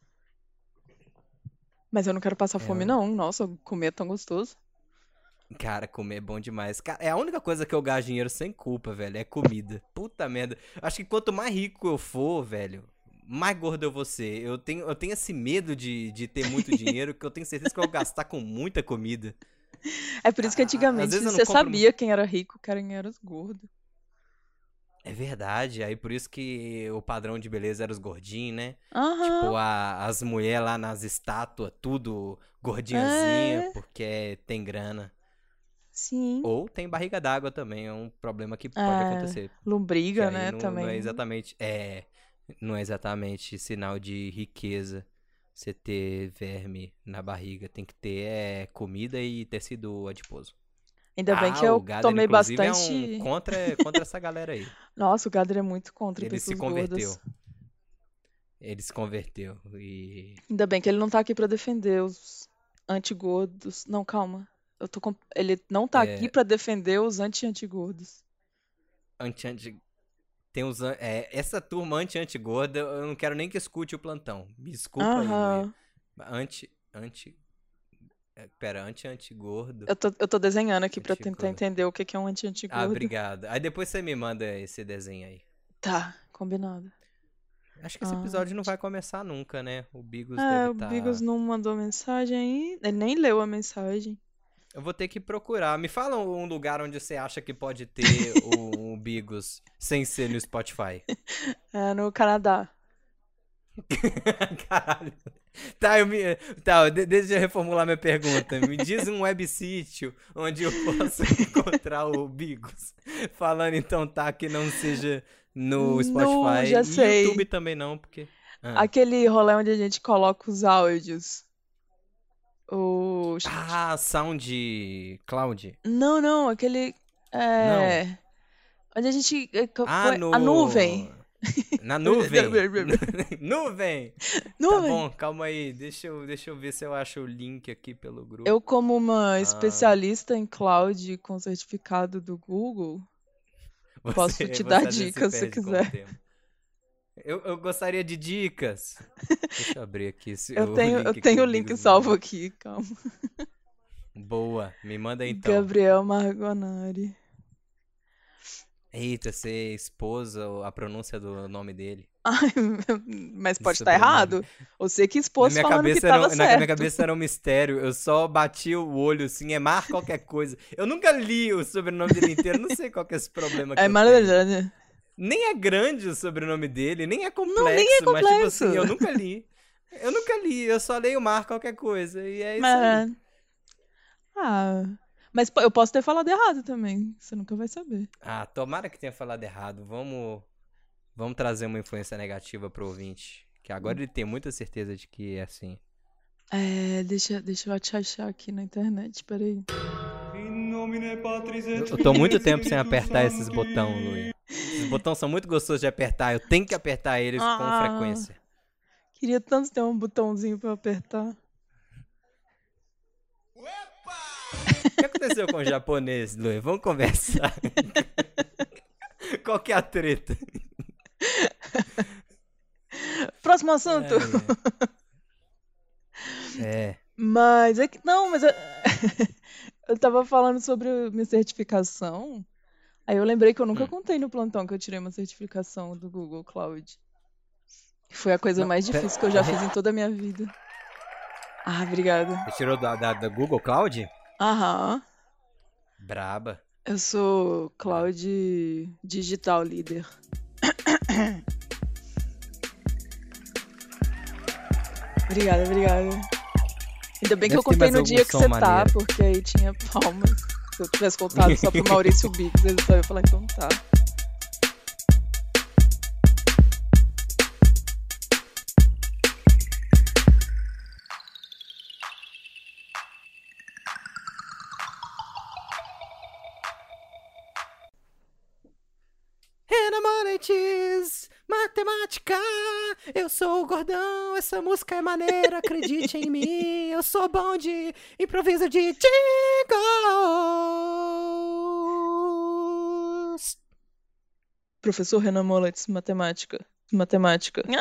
Mas eu não quero passar fome, não. Nossa, comer é tão gostoso. Cara, comer é bom demais. Cara, é a única coisa que eu gasto dinheiro sem culpa, velho. É comida. Puta merda. Acho que quanto mais rico eu for, velho, mais gordo eu vou ser. Eu tenho esse medo de ter muito dinheiro, que eu tenho certeza que eu vou gastar com muita comida. É por isso que Às antigamente vezes eu não você compro sabia quem era rico, quem era os gordos. É verdade, aí por isso que o padrão de beleza era os gordinhos, né? Aham, Tipo, as mulheres lá nas estátuas, tudo gordinhazinha, é, porque tem grana. sim. Ou tem barriga d'água também, é um problema que pode É, acontecer. Que lombriga, aí né, não é também. exatamente. Não é exatamente sinal de riqueza você ter verme na barriga. Tem que ter comida e tecido adiposo. Ainda bem que O eu Gader, tomei inclusive, é um bastante. contra essa galera aí. Nossa, o Gader é muito contra Ele se pessoas converteu. gordas. Ele se converteu. E. Ainda bem que ele não tá aqui pra defender os antigordos. Não, calma. Ele não tá aqui É, pra defender os anti-antigordos. anti. Tem os. Essa turma anti-gorda, eu não quero nem que escute o plantão. Me desculpa aí, Luia. Aham. Anti-gordo. Eu tô desenhando aqui pra tentar Anti-gordo. entender o que é um Ah, anti-antigordo. obrigado. Aí depois você me manda esse desenho aí. Tá, combinado. Acho que esse Ah. episódio não vai começar nunca, né? O Bigos É, deve o estar. Bigos não mandou mensagem aí. Ele nem leu a mensagem. Eu vou ter que procurar. Me fala um lugar onde você acha que pode ter o Bigos sem ser no Spotify. É no Canadá. Caralho. Deixa eu reformular minha pergunta. Me diz um websítio onde eu possa encontrar o Bigos. Falando então, que não seja no Spotify. já E sei. YouTube também não, porque. Aquele rolê onde a gente coloca os áudios. O... SoundCloud. Não, aquele. Não. Onde a gente. A nuvem. Na nuvem. Nuvem. Tá Nuvem. bom, calma aí. Deixa eu ver se eu acho o link aqui pelo grupo. Eu, como uma especialista em cloud com certificado do Google, posso te dar às vezes se dicas se perde com o quiser. tema. Eu gostaria de dicas. Deixa eu abrir aqui. Eu tenho o link salvo aqui, calma. Boa, me manda então. Gabriel Margonari. Eita, você expôs a pronúncia do nome dele. Ai, mas pode estar Sobrenome. errado. Você que expôs Na minha falando que cabeça tava na certo. minha cabeça era um mistério. Eu só bati o olho assim, é Mar qualquer coisa. Eu nunca li o sobrenome dele inteiro, não sei qual que é esse problema que eu tenho. Maravilhoso. Nem é grande o sobrenome dele, nem é complexo, Não, nem é mas tipo complexo. assim, eu nunca li. Eu só leio Mar qualquer coisa. E é isso aí. Mas eu posso ter falado errado também. Você nunca vai saber. Tomara que tenha falado errado. Vamos trazer uma influência negativa pro ouvinte. Que agora ele tem muita certeza de que é assim. Deixa eu te achar aqui na internet, peraí. Eu tô muito tempo sem apertar esses botões, Luiz. Esses botões são muito gostosos de apertar. Eu tenho que apertar eles com frequência. Queria tanto ter um botãozinho pra apertar. O que aconteceu com o japonês, Luiz? Vamos conversar. Qual que é a treta? Próximo assunto. Mas é que. Não, mas eu tava falando sobre minha certificação. Aí eu lembrei que eu nunca contei no plantão que eu tirei uma certificação do Google Cloud. Foi a coisa mais difícil que eu já fiz em toda a minha vida. Obrigada. Você tirou da Google Cloud? Aham. Braba. Eu sou Cloud Digital Leader. Obrigada. Ainda bem que eu contei no dia que você tá, porque aí tinha palmas. Se eu tivesse contado só pro Maurício Biggs, ele só ia falar, então tá. Matemática, eu sou o gordão, essa música é maneira, acredite em mim, eu sou bom de improviso de jingles. Professor Renan Mollets, matemática.